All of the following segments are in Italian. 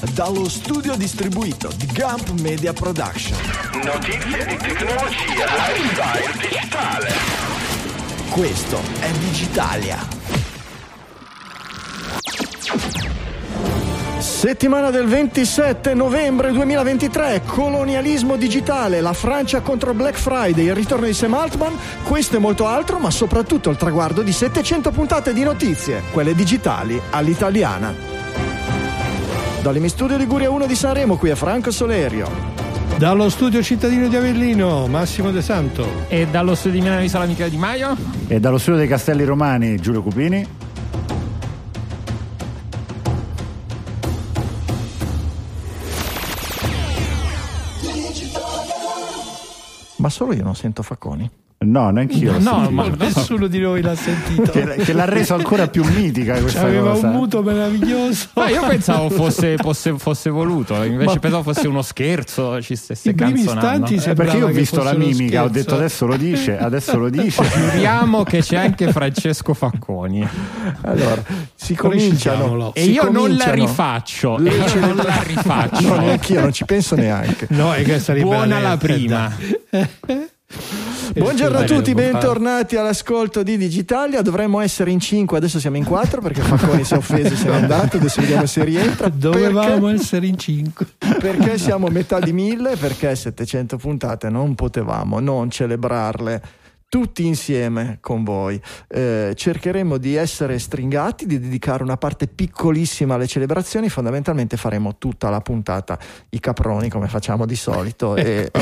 dallo studio distribuito di Gump Media Production. Notizie di tecnologia, lifestyle digitale. Questo è Digitalia. Settimana del 27 novembre 2023, colonialismo digitale, la Francia contro Black Friday, il ritorno di Sam Altman, questo e molto altro, ma soprattutto il traguardo di 700 puntate di notizie, quelle digitali all'italiana. Dall'Emi Studio Liguria 1 di Sanremo, qui è Franco Solerio. Dallo studio cittadino di Avellino, Massimo De Santo. E dallo studio di Milano Isola, Michele Di Maio. E dallo studio dei Castelli Romani, Giulio Cupini. Ma solo io non sento Facconi? No, neanch'io. No, ma nessuno di noi l'ha sentito. che l'ha reso ancora più mitica questa Aveva cosa. un muto meraviglioso. Ma io pensavo fosse voluto, invece pensavo fosse uno scherzo, ci stesse canzonando. Perché io ho visto la mimica, ho detto adesso lo dice. Giuriamo che c'è anche Francesco Facconi. Allora, si cominciano. E io non la rifaccio. No, neanch'io, non ci penso neanche. No, è che sarebbe buona la prima. Buongiorno a tutti, bentornati all'ascolto di Digitalia. Dovremmo essere in 5, adesso siamo in 4 perché Facconi si è offeso e se n'è andato. Adesso vediamo se rientra. Dovevamo essere in 5 perché siamo metà di 1000, perché 700 puntate non potevamo non celebrarle tutti insieme con voi. Cercheremo di essere stringati, di dedicare una parte piccolissima alle celebrazioni. Fondamentalmente faremo tutta la puntata i caproni come facciamo di solito e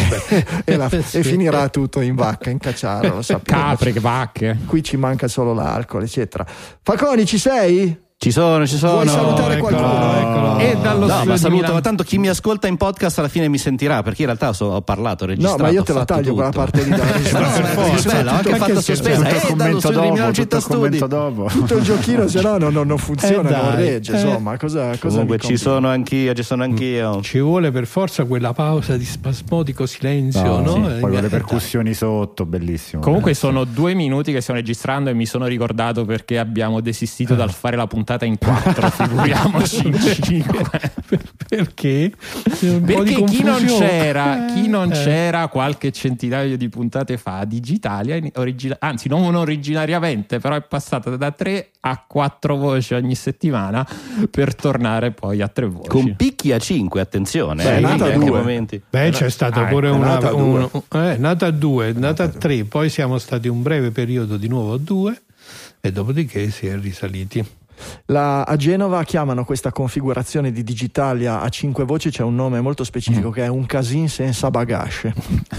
finirà tutto in vacca, in cacciaro, lo sappiamo. Capre, vacche. Qui ci manca solo l'alcol, eccetera. Facconi, ci sei? Ci sono. Vuoi salutare qualcuno? Eccolo. E dallo Ma saluto, Milano. ma tanto chi mi ascolta in podcast alla fine mi sentirà, perché in realtà ho parlato, ho registrato. No, ma io te la fatto taglio tutto. quella parte lì da Bella, anche fatta sospesa. Dallo studio di Milano Città Studi. Tutto il giochino, se no non funziona, non regge. Insomma, cosa Comunque ci sono anch'io. Ci vuole per forza quella pausa di spasmodico silenzio, no? Sì, poi con le percussioni sotto, bellissimo. Comunque sono 2 minuti che stiamo registrando e mi sono ricordato perché abbiamo desistito dal fare la puntata in 4. Figuriamoci in 5. Perché? Perché chi non c'era qualche centinaio di puntate fa a Digitalia, anzi non originariamente, però è passata da 3 a 4 voci ogni settimana per tornare poi a 3 voci. Con picchi a 5, attenzione. Beh, è nata a 2. Momenti. Beh, c'è stata pure nata a 2, nata a 3, poi siamo stati un breve periodo di nuovo a 2 e dopodiché si è risaliti. A Genova chiamano questa configurazione di Digitalia a 5 voci, c'è un nome molto specifico che è un casin senza bagage.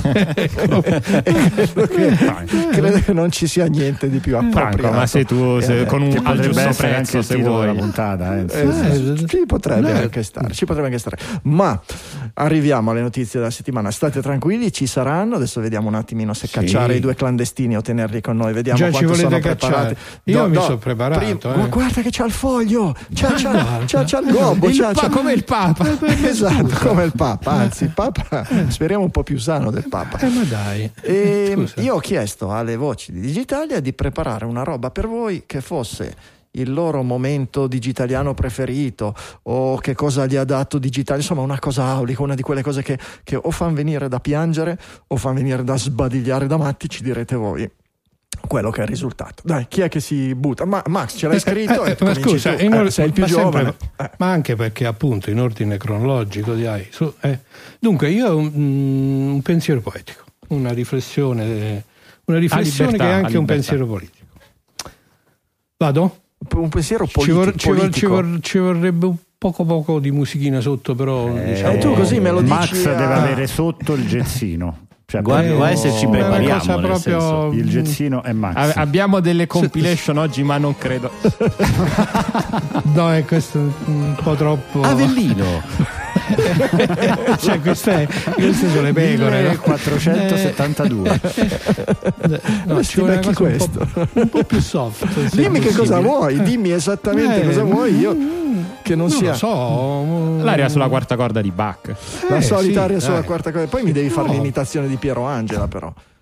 Credo che non ci sia niente di più appropriato. Ma se tu con un al giusto prezzo, se vuoi la puntata, ci potrebbe anche stare. Ma arriviamo alle notizie della settimana. State tranquilli, ci saranno. Adesso vediamo un attimino se cacciare i 2 clandestini o tenerli con noi. Vediamo già quanto ci sono volete preparati. Io mi sono preparato. Ma guarda che c'ha il foglio, c'ha il gobbo, come il Papa. Esatto, come il Papa. Anzi, il Papa speriamo un po' più sano del Papa. Ma dai. Io ho chiesto alle voci di Digitalia di preparare una roba per voi che fosse il loro momento digitaliano preferito o che cosa gli ha dato Digitalia, insomma una cosa aulica, una di quelle cose che o fan venire da piangere o fan venire da sbadigliare da matti. Ci direte voi quello che è il risultato. Dai, chi è che si butta? Max, ce l'hai scritto? Ma scusa, sei il più giovane. Ma anche perché appunto in ordine cronologico dunque io ho un pensiero poetico, una riflessione che è anche un pensiero politico. Vado? Un pensiero politico. Ci vorrebbe un poco di musichina sotto, però diciamo, tu così me lo dici. Max deve avere sotto il gezzino. Cioè, Guarda se ci prepariamo, nel senso. Il gezzino è Max. Abbiamo delle compilation oggi, ma non credo. No, è questo un po' troppo. Avellino. Cioè queste sono le pecore, 1472. No, ci vuole una cosa un po' più soft. Dimmi che cosa vuoi, dimmi esattamente cosa vuoi, io che non sia lo so, l'aria sulla quarta corda di Bach, la solita aria sulla quarta corda. Poi mi devi fare l'imitazione di Piero Angela, però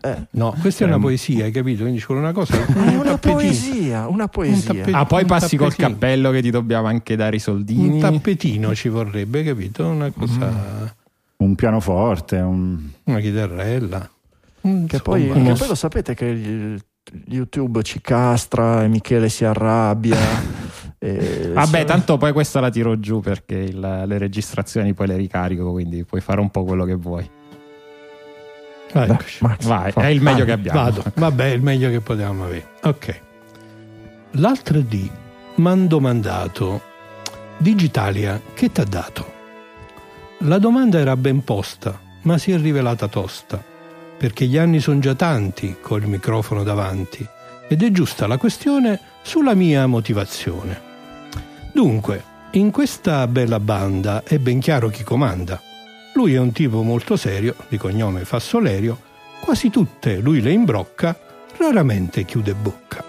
No, questa è una poesia, hai capito? Quindi c'è una cosa. Una poesia. Poi passi col cappello che ti dobbiamo anche dare i soldini. Un tappetino ci vorrebbe, capito? Una cosa. Un pianoforte, una chitarrella. Che poi lo sapete che YouTube ci castra e Michele si arrabbia. Vabbè, tanto poi questa la tiro giù perché le registrazioni poi le ricarico, quindi puoi fare un po' quello che vuoi. Vai, è il meglio che abbiamo. Vado. Vabbè, è il meglio che potevamo avere. Ok. L'altro dì m'han domandato: Digitalia, che t'ha dato? La domanda era ben posta, ma si è rivelata tosta, perché gli anni sono già tanti col microfono davanti ed è giusta la questione sulla mia motivazione. Dunque, in questa bella banda è ben chiaro chi comanda. Lui è un tipo molto serio, di cognome Fassolerio, quasi tutte lui le imbrocca, raramente chiude bocca.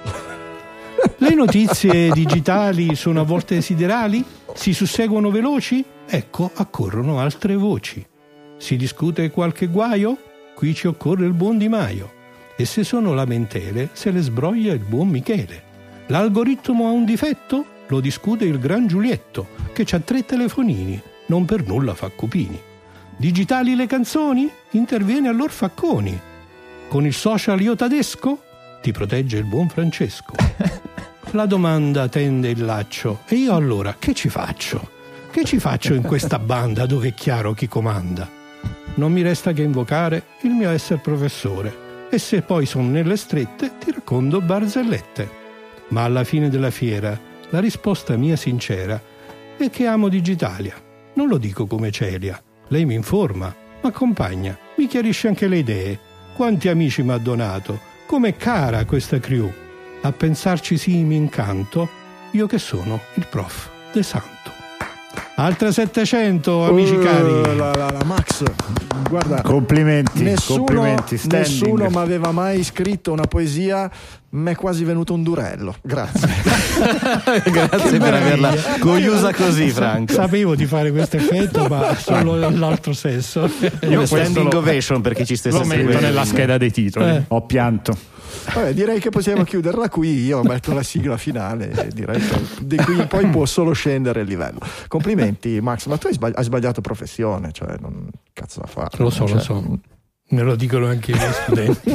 Le notizie digitali sono a volte siderali? Si susseguono veloci? Ecco, accorrono altre voci. Si discute qualche guaio? Qui ci occorre il buon Di Maio. E se sono lamentele, se le sbroglia il buon Michele. L'algoritmo ha un difetto? Lo discute il gran Giulietto, che c'ha 3 telefonini, non per nulla fa cupini. Digitali le canzoni? Interviene allor Facconi. Con il social io tedesco? Ti protegge il buon Francesco. La domanda tende il laccio. E io allora che ci faccio? Che ci faccio in questa banda dove è chiaro chi comanda? Non mi resta che invocare il mio essere professore. E se poi sono nelle strette ti racconto barzellette. Ma alla fine della fiera la risposta mia sincera è che amo Digitalia. Non lo dico come Celia. Lei mi informa, mi accompagna, mi chiarisce anche le idee. Quanti amici mi ha donato, com'è cara questa crew. A pensarci sì mi incanto, io che sono il prof De Santo. Altre 700, amici cari. La Max, guarda, complimenti. Nessuno mi aveva mai scritto una poesia. Mi è quasi venuto un durello. Grazie. Grazie per averla cogliusa così, Franco. Sapevo di fare questo effetto, ma solo l'altro sesso. Io standing ovation per chi ci stesse seguendo. Lo metto nella scheda dei titoli. Ho pianto. Vabbè, direi che possiamo chiuderla qui. Io metto la sigla finale e direi che di qui in poi può solo scendere il livello. Complimenti, Max, ma tu hai sbagliato professione, cioè non cazzo da fare. Lo so. Me lo dicono anche i miei studenti.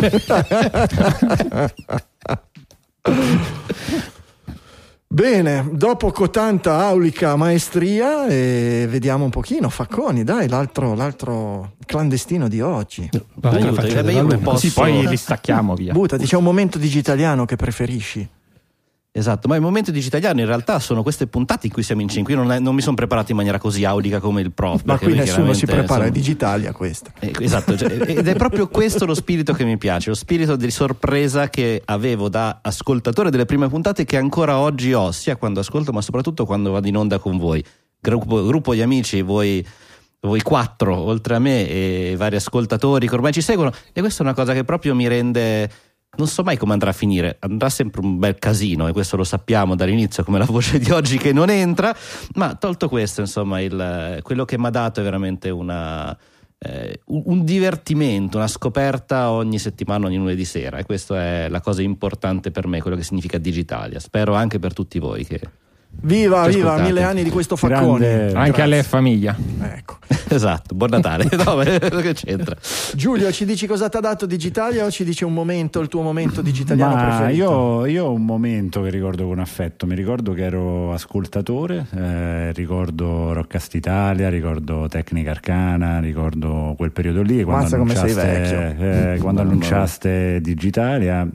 Bene, dopo cotanta aulica maestria vediamo un pochino Facconi, dai, l'altro clandestino di oggi. Così poi li stacchiamo via. Buttati, c'è un momento digitaliano che preferisci? Esatto, ma il momento digitaliano in realtà sono queste puntate in cui siamo in 5. Io non mi sono preparato in maniera così aulica come il prof. Ma qui nessuno si prepara, è Digitalia questa. Esatto, ed è proprio questo lo spirito che mi piace, lo spirito di sorpresa che avevo da ascoltatore delle prime puntate, che ancora oggi ho, sia quando ascolto ma soprattutto quando vado in onda con voi. Gruppo di amici, voi 4 oltre a me e vari ascoltatori che ormai ci seguono, e questa è una cosa che proprio mi rende... Non so mai come andrà a finire, andrà sempre un bel casino, e questo lo sappiamo dall'inizio, come la voce di oggi che non entra, ma tolto questo, insomma, quello che mi ha dato è veramente un divertimento, una scoperta ogni settimana, ogni lunedì sera, e questa è la cosa importante per me, quello che significa Digitalia. Spero anche per tutti voi che... Viva 1000 anni di questo Facconi. Anche alle famiglia. Ecco. Esatto, buon Natale. No, che c'entra? Giulio, ci dici cosa ti ha dato Digitalia o ci dici un momento, il tuo momento digitaliano preferito? Io ho un momento che ricordo con affetto. Mi ricordo che ero ascoltatore, ricordo Rockcast Italia, ricordo Tecnica Arcana, ricordo quel periodo lì quando annunciaste Digitalia.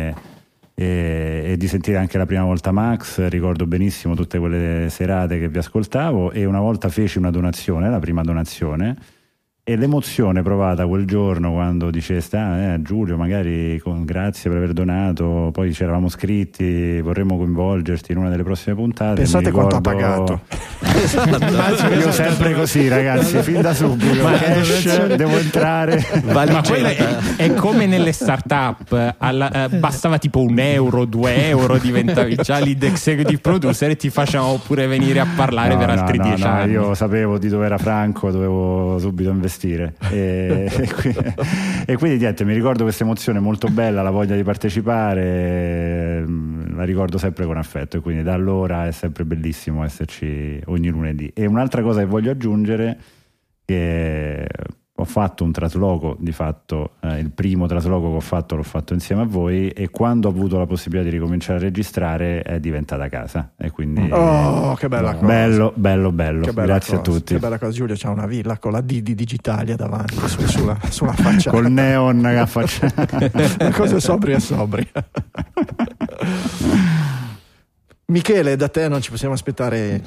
E di sentire anche la prima volta Max, ricordo benissimo tutte quelle serate che vi ascoltavo, e una volta feci una donazione, la prima donazione, e l'emozione provata quel giorno quando diceste Giulio, magari grazie per aver donato, poi ci eravamo scritti, vorremmo coinvolgerti in una delle prossime puntate. Pensate quanto ha pagato. Io sempre così, ragazzi, fin da subito, cash, devo entrare. Ma quello è come nelle start-up, bastava tipo €1, €2, diventavi già lead executive producer e ti facevamo pure venire a parlare per altri 10 anni. Io sapevo di dove era Franco, dovevo subito investire arrostire e quindi niente, mi ricordo questa emozione molto bella, la voglia di partecipare, la ricordo sempre con affetto, e quindi da allora è sempre bellissimo esserci ogni lunedì. E un'altra cosa che voglio aggiungere, che ho fatto un trasloco, di fatto il primo trasloco che ho fatto l'ho fatto insieme a voi, e quando ho avuto la possibilità di ricominciare a registrare è diventata casa, e quindi che bella cosa, bello che bella grazie cosa, a tutti. che bella cosa. Giulio c'ha una villa con la D di Digitalia davanti sulla facciata col neon a faccia. una cosa sobria. Michele, da te non ci possiamo aspettare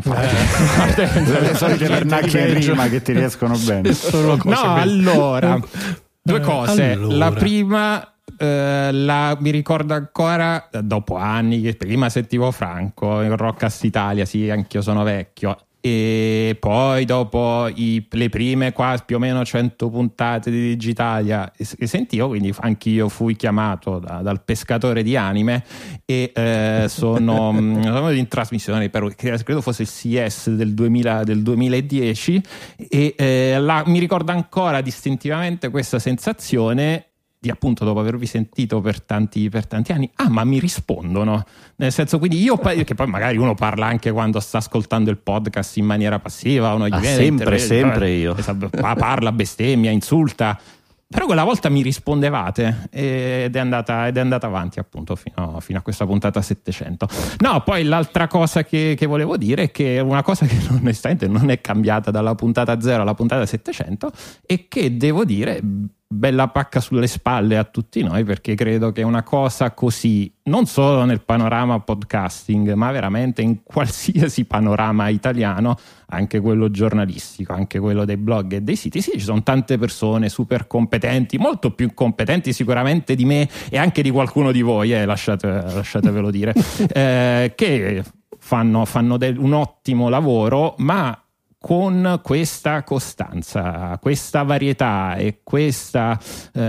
le solite pernacchie in rima che ti riescono bene. Allora, due cose. La prima, mi ricordo ancora, dopo anni, che prima sentivo Franco in Rockcast Italia, sì, anch'io sono vecchio, e poi dopo le prime quasi più o meno 100 puntate di Digitalia sentivo, quindi anch'io fui chiamato dal pescatore di anime, e sono in trasmissione credo fosse il CS del 2010, e mi ricordo ancora distintivamente questa sensazione di, appunto, dopo avervi sentito per tanti anni, ma mi rispondono, nel senso, quindi io, che poi magari uno parla anche quando sta ascoltando il podcast in maniera passiva, uno gli viene sempre io parla, bestemmia, insulta, però quella volta mi rispondevate, ed è andata avanti, appunto, fino a questa puntata 700. No, poi l'altra cosa che volevo dire è che una cosa che onestamente non è cambiata dalla puntata 0 alla puntata 700, e che devo dire bella pacca sulle spalle a tutti noi, perché credo che una cosa così, non solo nel panorama podcasting, ma veramente in qualsiasi panorama italiano, anche quello giornalistico, anche quello dei blog e dei siti, sì, ci sono tante persone super competenti, molto più competenti sicuramente di me e anche di qualcuno di voi, lasciatevelo dire, che fanno un ottimo lavoro, ma con questa costanza, questa varietà e questa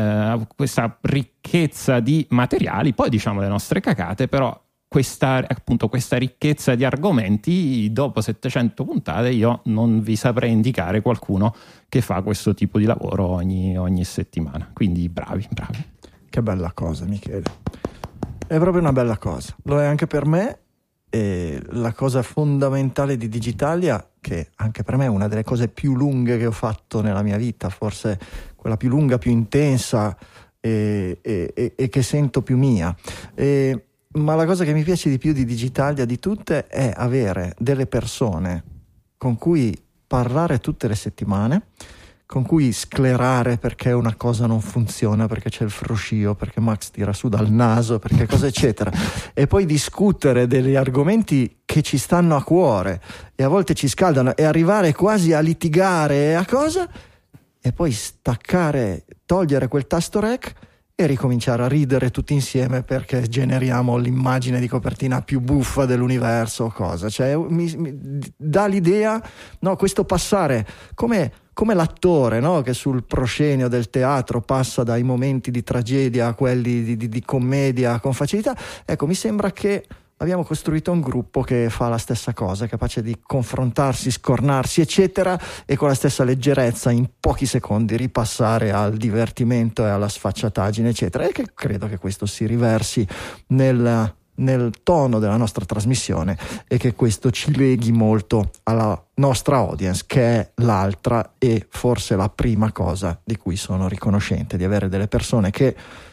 ricchezza di materiali, poi diciamo le nostre cacate, però questa ricchezza di argomenti, dopo 700 puntate io non vi saprei indicare qualcuno che fa questo tipo di lavoro ogni settimana, quindi bravi. Che bella cosa, Michele, è proprio una bella cosa, lo è anche per me. E la cosa fondamentale di Digitalia, che anche per me è una delle cose più lunghe che ho fatto nella mia vita, forse quella più lunga, più intensa e che sento più mia, ma la cosa che mi piace di più di Digitalia di tutte è avere delle persone con cui parlare tutte le settimane, con cui sclerare perché una cosa non funziona, perché c'è il fruscio, perché Max tira su dal naso, perché cosa eccetera, e poi discutere degli argomenti che ci stanno a cuore e a volte ci scaldano, e arrivare quasi a litigare a cosa, e poi staccare, togliere quel tasto rec e ricominciare a ridere tutti insieme perché generiamo l'immagine di copertina più buffa dell'universo o cosa. Cioè mi dà l'idea, no, questo passare come l'attore, no, che sul proscenio del teatro passa dai momenti di tragedia a quelli di commedia con facilità. Ecco, mi sembra che abbiamo costruito un gruppo che fa la stessa cosa, capace di confrontarsi, scornarsi, eccetera, e con la stessa leggerezza in pochi secondi ripassare al divertimento e alla sfacciataggine, eccetera, e che credo che questo si riversi nel tono della nostra trasmissione, e che questo ci leghi molto alla nostra audience, che è l'altra e forse la prima cosa di cui sono riconoscente, di avere delle persone che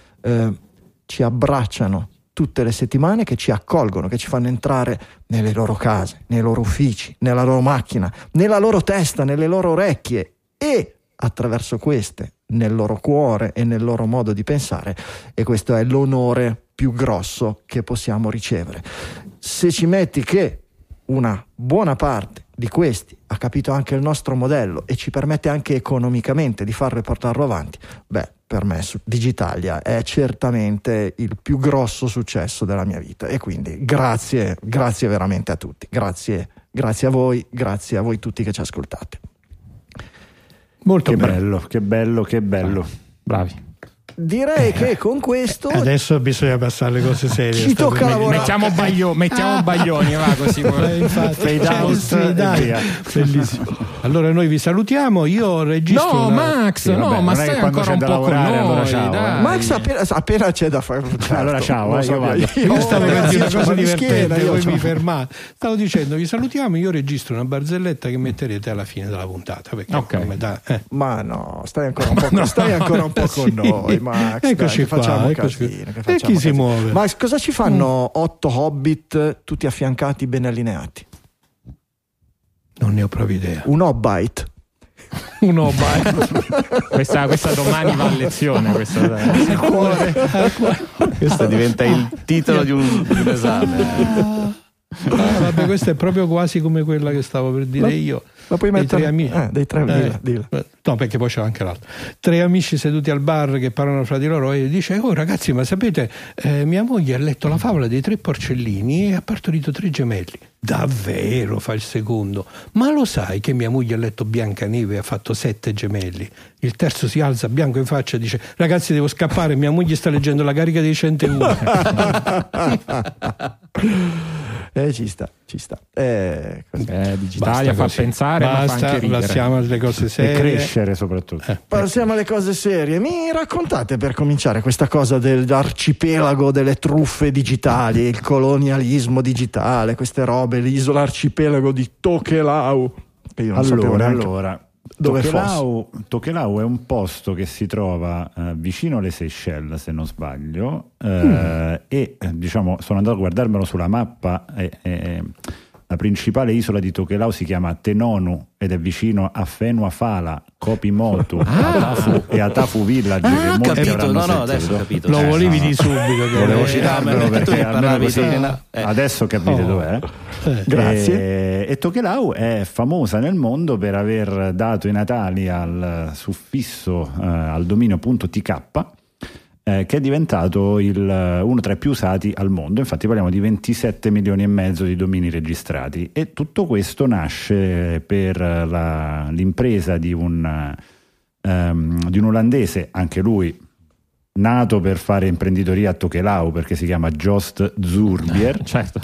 ci abbracciano tutte le settimane, che ci accolgono, che ci fanno entrare nelle loro case, nei loro uffici, nella loro macchina, nella loro testa, nelle loro orecchie, e attraverso queste nel loro cuore e nel loro modo di pensare, e questo è l'onore più grosso che possiamo ricevere. Se ci metti che una buona parte di questi ha capito anche il nostro modello e ci permette anche economicamente di farlo e portarlo avanti, beh, per me Digitalia è certamente il più grosso successo della mia vita, e quindi grazie veramente a tutti, grazie a voi tutti che ci ascoltate. Molto bello, che bello. Bravi. direi che con questo adesso bisogna passare alle cose serie. Ci tocca lavorare. Mettiamo Baglioni, va così. Bellissimo. Allora noi vi salutiamo. Io registro. No, Max, ma stai ancora un po' con noi. Allora ciao, dai. Max appena c'è da fare. Allora ciao, io vado. Io stavo per dire una cosa divertente, voi mi mi fermate. Stavo dicendo, vi salutiamo. Io registro una barzelletta che metterete alla fine della puntata. Perché Ma no, stai ancora un po' con noi, Max. Eccoci qua. Facciamo E chi si muove? Max, cosa ci fanno 8 hobbit tutti affiancati, ben allineati? Non ne ho proprio idea. Un hobbit. Un hobbit. Questa domani va a lezione. Questo diventa il titolo di un esame. Vabbè, questa è proprio quasi come quella che stavo per dire io. Ma puoi mettere dei tre amici. No, perché poi c'è anche l'altro. 3 amici seduti al bar che parlano fra di loro e dice: oh ragazzi, ma sapete, mia moglie ha letto la favola dei 3 porcellini e ha partorito 3 gemelli. Davvero? Fa il secondo. Ma lo sai che mia moglie ha letto Biancaneve e ha fatto 7 gemelli? Il terzo si alza bianco in faccia e dice: ragazzi, devo scappare, mia moglie sta leggendo La carica dei 101. Ci sta. Digitalia fa pensare, ma fa anche ridere. Passiamo alle cose serie. E crescere soprattutto. Passiamo alle cose serie. Mi raccontate per cominciare questa cosa dell'arcipelago delle truffe digitali, il colonialismo digitale, queste robe, l'isola arcipelago di Tokelau. Che io non sapevo neanche dove fosse. Tokelau è un posto che si trova vicino alle Seychelles, se non sbaglio, e diciamo sono andato a guardarmelo sulla mappa. La principale isola di Tokelau si chiama Tenonu ed è vicino a Fenuafala, Kopimotu e Atafu Village. Che molti capito, avranno adesso ho capito. Lo volevi di subito. Volevo citarmelo perché almeno così adesso capite dov'è. Grazie. E Tokelau è famosa nel mondo per aver dato i natali al suffisso, al dominio .tk, che è diventato uno tra i più usati al mondo. Infatti parliamo di 27 milioni e mezzo di domini registrati, e tutto questo nasce per l'impresa di un olandese, anche lui nato per fare imprenditoria a Tokelau, perché si chiama Joost Zurbier, certo.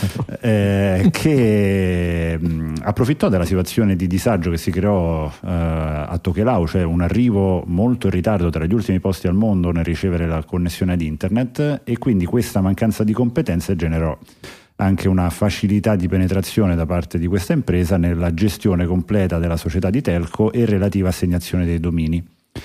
Che approfittò della situazione di disagio che si creò a Tokelau, cioè un arrivo molto in ritardo, tra gli ultimi posti al mondo nel ricevere la connessione ad internet, e quindi questa mancanza di competenze generò anche una facilità di penetrazione da parte di questa impresa nella gestione completa della società di telco e relativa assegnazione dei domini.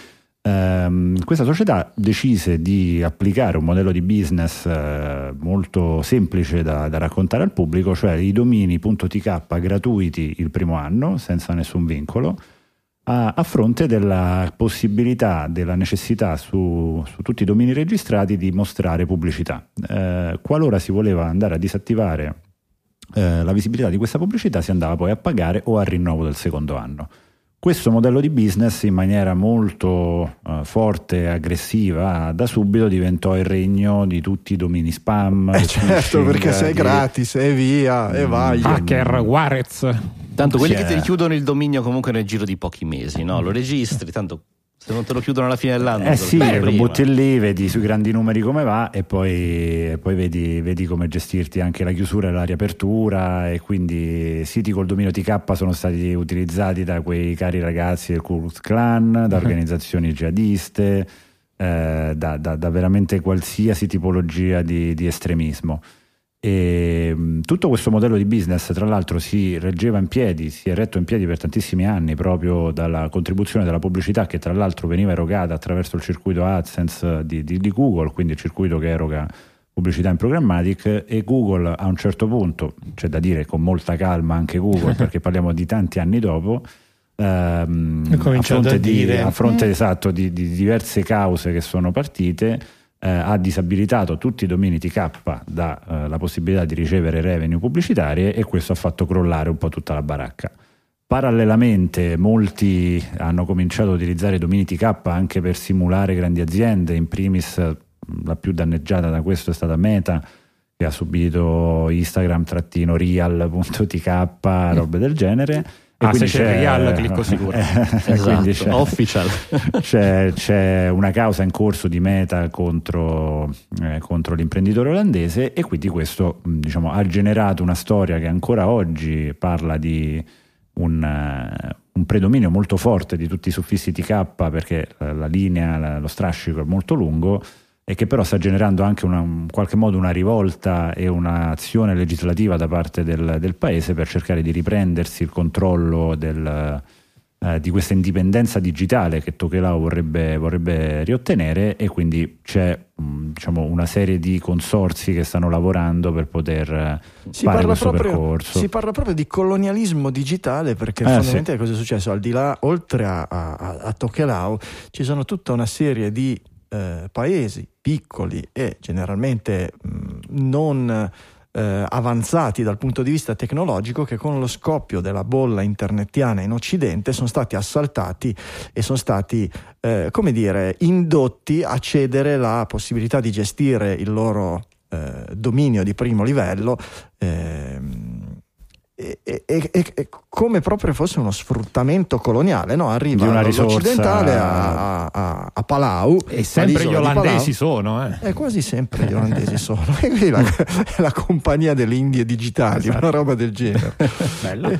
Questa società decise di applicare un modello di business molto semplice da raccontare al pubblico, cioè i domini .tk gratuiti il primo anno senza nessun vincolo, a fronte della possibilità, della necessità su tutti i domini registrati di mostrare pubblicità. Qualora si voleva andare a disattivare la visibilità di questa pubblicità, si andava poi a pagare o al rinnovo del secondo anno. Questo modello di business, in maniera molto forte e aggressiva, da subito diventò il regno di tutti i domini spam. Certo, perché sei gratis e via e vai. Hacker Warez. Tanto quelli che ti chiudono il dominio comunque nel giro di pochi mesi, no? Lo registri, tanto se non te lo chiudono alla fine dell'anno. Lo butti lì, vedi sui grandi numeri come va, e poi vedi come gestirti anche la chiusura e la riapertura. E quindi siti col dominio TK sono stati utilizzati da quei cari ragazzi del Ku Klux Klan, da organizzazioni jihadiste, da veramente qualsiasi tipologia di estremismo. E tutto questo modello di business, tra l'altro, si è retto in piedi per tantissimi anni proprio dalla contribuzione della pubblicità, che tra l'altro veniva erogata attraverso il circuito AdSense di Google, quindi il circuito che eroga pubblicità in programmatic. E Google a un certo punto, c'è da dire con molta calma anche Google, perché parliamo di tanti anni dopo, a fronte esatto di diverse cause che sono partite, ha disabilitato tutti i domini TK dalla possibilità di ricevere revenue pubblicitarie, e questo ha fatto crollare un po' tutta la baracca. Parallelamente molti hanno cominciato a utilizzare i domini TK anche per simulare grandi aziende, in primis la più danneggiata da questo è stata Meta, che ha subito Instagram-real.tk, robe del genere. Se c'è il real clicco sicuro. Esatto, official. C'è una causa in corso di Meta contro l'imprenditore olandese, e quindi questo, diciamo, ha generato una storia che ancora oggi parla di un predominio molto forte di tutti i suffissi TK, perché la linea, lo strascico è molto lungo, e che però sta generando anche in qualche modo una rivolta e un'azione legislativa da parte del paese per cercare di riprendersi il controllo di questa indipendenza digitale che Tokelau vorrebbe riottenere, e quindi c'è diciamo una serie di consorzi che stanno lavorando per poter fare questo percorso. Si parla proprio di colonialismo digitale, perché fondamentalmente cosa è successo? Al di là, oltre a Tokelau, ci sono tutta una serie di paesi piccoli e generalmente non avanzati dal punto di vista tecnologico, che con lo scoppio della bolla internetiana in Occidente sono stati assaltati e sono stati indotti a cedere la possibilità di gestire il loro dominio di primo livello e come proprio fosse uno sfruttamento coloniale, no? Arriva l'occidentale a Palau, e sempre gli olandesi sono quasi sempre gli olandesi sono, e qui la compagnia delle Indie digitali, esatto. Una roba del genere. Bello.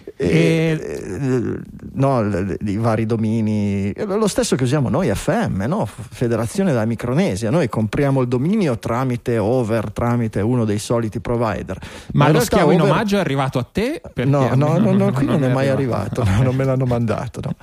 I vari domini, lo stesso che usiamo noi FM, no? Federazione della Micronesia, noi compriamo il dominio tramite Over, tramite uno dei soliti provider. Ma lo schiavo in omaggio è arrivato a te? No, qui non è mai arrivato, non me l'hanno mandato, no.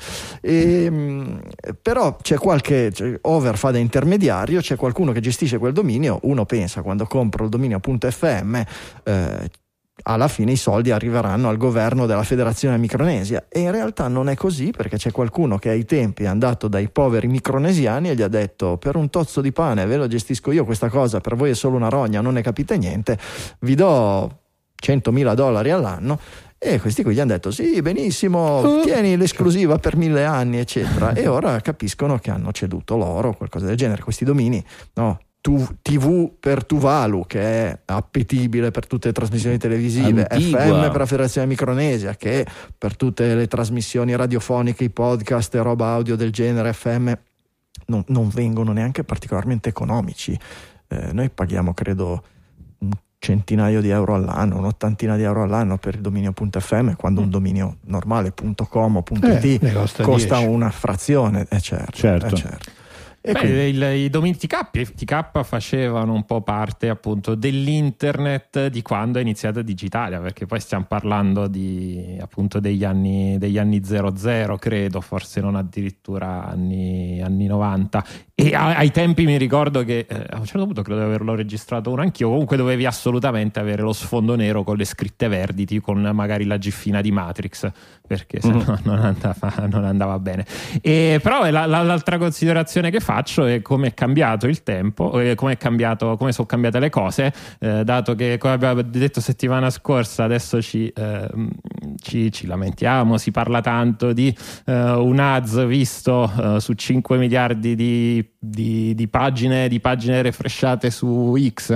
Però c'è Over fa da intermediario, c'è qualcuno che gestisce quel dominio. Uno pensa, quando compro il dominio.fm alla fine i soldi arriveranno al governo della Federazione Micronesia, e in realtà non è così, perché c'è qualcuno che ai tempi è andato dai poveri micronesiani e gli ha detto: per un tozzo di pane ve lo gestisco io questa cosa, per voi è solo una rogna, non ne capite niente, vi do $100.000 all'anno. E questi qui gli hanno detto: sì, benissimo, tieni l'esclusiva per 1000 anni, eccetera. E ora capiscono che hanno ceduto loro, qualcosa del genere, questi domini, no? TV per Tuvalu, che è appetibile per tutte le trasmissioni televisive, Antigua. FM per la Federazione Micronesia, che per tutte le trasmissioni radiofoniche, i podcast e roba audio del genere, FM non vengono neanche particolarmente economici. Noi paghiamo credo un centinaio di euro all'anno, un'ottantina di euro all'anno per il dominio.fm, quando un dominio normale .com o .it costa 10. Una frazione. Certo. I domini TK facevano un po' parte appunto dell'internet di quando è iniziata Digitalia, perché poi stiamo parlando appunto degli anni 00, credo, forse non addirittura anni 90, e ai tempi mi ricordo che a un certo punto credo di averlo registrato uno anch'io. Comunque dovevi assolutamente avere lo sfondo nero con le scritte verdi, con magari la giffina di Matrix, perché se no non andava bene. Però l'altra considerazione che faccio è come è cambiato il tempo, come sono cambiate le cose, dato che, come abbiamo detto settimana scorsa, adesso ci lamentiamo, si parla tanto di un ads visto su 5 miliardi di pagine refreshate su X,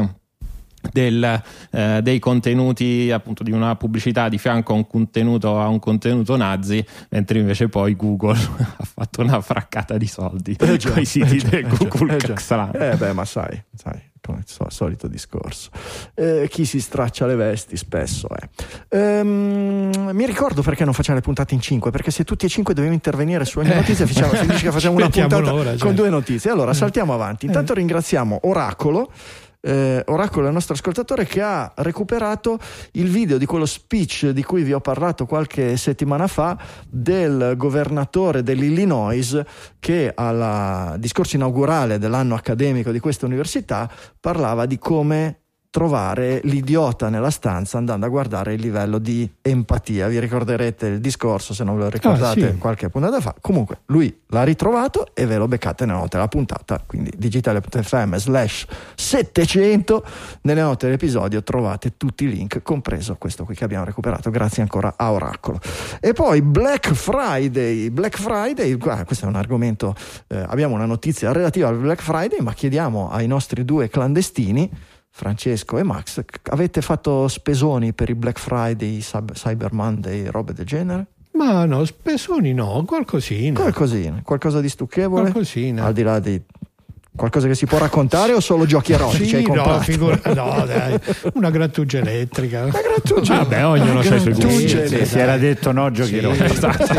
dei contenuti, appunto, di una pubblicità di fianco a un contenuto nazi, mentre invece poi Google ha fatto una fraccata di soldi con i siti del Google Caxlan. Ma sai come il solito discorso, chi si straccia le vesti spesso mi ricordo perché non facciamo le puntate in 5, perché se tutti e 5 dobbiamo intervenire su ogni notizia facciamo una puntata con 2 notizie. Allora saltiamo avanti. Intanto ringraziamo Oracolo è il nostro ascoltatore, che ha recuperato il video di quello speech di cui vi ho parlato qualche settimana fa, del governatore dell'Illinois, che al discorso inaugurale dell'anno accademico di questa università parlava di come trovare l'idiota nella stanza andando a guardare il livello di empatia. Vi ricorderete il discorso, se non ve lo ricordate, sì, qualche puntata fa. Comunque lui l'ha ritrovato e ve lo beccate nelle note della puntata, quindi digitale.fm/700. nelle note dell'episodio trovate tutti i link, compreso questo qui che abbiamo recuperato, grazie ancora a Oracolo. E poi Black Friday, questo è un argomento, abbiamo una notizia relativa al Black Friday, ma chiediamo ai nostri 2 clandestini, Francesco e Max: avete fatto spesoni per il Black Friday, Cyber Monday, robe del genere? Ma no, spesoni no, qualcosina, qualcosa di stucchevole, qualcosina. Al di là di qualcosa che si può raccontare o solo giochi erotici hai comprato? No, dai, una grattugia elettrica. Vabbè, ognuno c'ha i suoi gusti. Si era detto no giochi erotici. Esatto.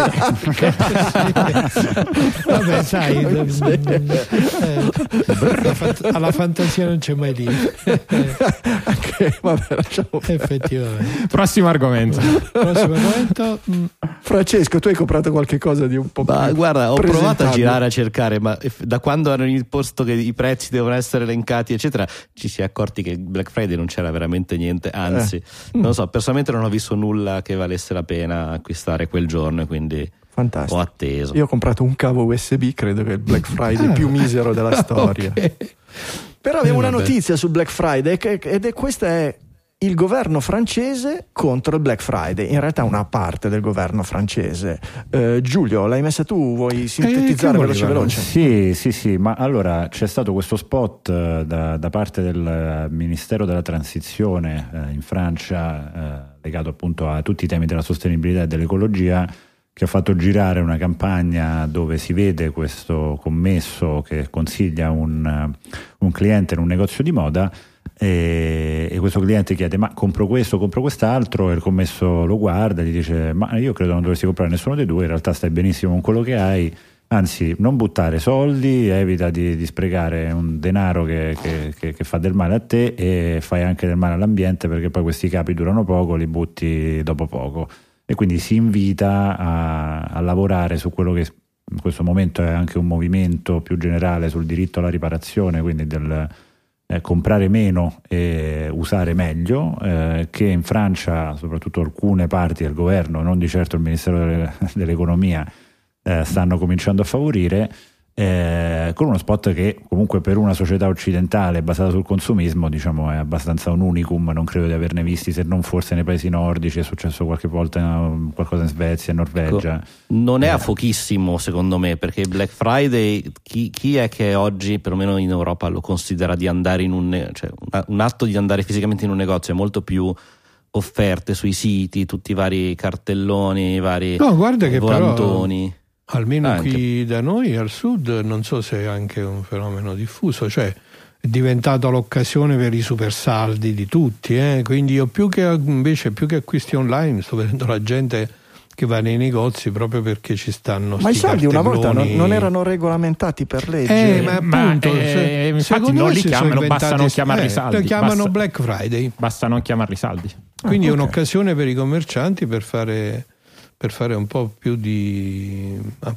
Vabbè, sai, alla fantasia non c'è mai limite. Vabbè, lasciamo effettivamente. Prossimo argomento. Francesco, tu hai comprato qualche cosa di un po' più guarda, ho provato a girare a cercare, ma da quando hanno imposto che i prezzi devono essere elencati eccetera, ci si è accorti che il Black Friday non c'era veramente niente, anzi non lo so, personalmente non ho visto nulla che valesse la pena acquistare quel giorno, quindi fantastico. Ho atteso. Io ho comprato un cavo USB, credo che è il Black Friday più misero della storia. Okay. Però abbiamo una notizia sul Black Friday questa è il governo francese contro il Black Friday, in realtà una parte del governo francese. Giulio, l'hai messa tu, vuoi sintetizzare veloce? Sì, ma allora c'è stato questo spot da parte del Ministero della Transizione in Francia, legato appunto a tutti i temi della sostenibilità e dell'ecologia, che ha fatto girare una campagna dove si vede questo commesso che consiglia un cliente in un negozio di moda, e questo cliente chiede: ma compro questo, compro quest'altro, e il commesso lo guarda e gli dice: ma io credo non dovresti comprare nessuno dei due, in realtà stai benissimo con quello che hai, anzi non buttare soldi, evita di sprecare un denaro che fa del male a te e fai anche del male all'ambiente, perché poi questi capi durano poco, li butti dopo poco. E quindi si invita a lavorare su quello che in questo momento è anche un movimento più generale sul diritto alla riparazione, quindi del comprare meno e usare meglio, che in Francia soprattutto alcune parti del governo, non di certo il Ministero dell'Economia, stanno cominciando a favorire, con uno spot che comunque per una società occidentale basata sul consumismo, diciamo, è abbastanza un unicum. Non credo di averne visti, se non forse nei paesi nordici, è successo qualche volta qualcosa in Svezia, in Norvegia. Non è a pochissimo secondo me, perché Black Friday chi è che oggi perlomeno in Europa lo considera di andare in un atto di andare fisicamente in un negozio? È molto più offerte sui siti, tutti i vari cartelloni, i vari volantoni. Però, almeno anche qui da noi al sud, non so se è anche un fenomeno diffuso, cioè è diventata l'occasione per i super saldi di tutti, quindi io più che acquisti online sto vedendo la gente che va nei negozi proprio perché ci stanno ma i saldi una volta non erano regolamentati per legge, ma appunto infatti non li chiamano, basta non chiamarli saldi, lo chiamano Black Friday, basta non chiamarli saldi, quindi è un'occasione per i commercianti per fare un po' più di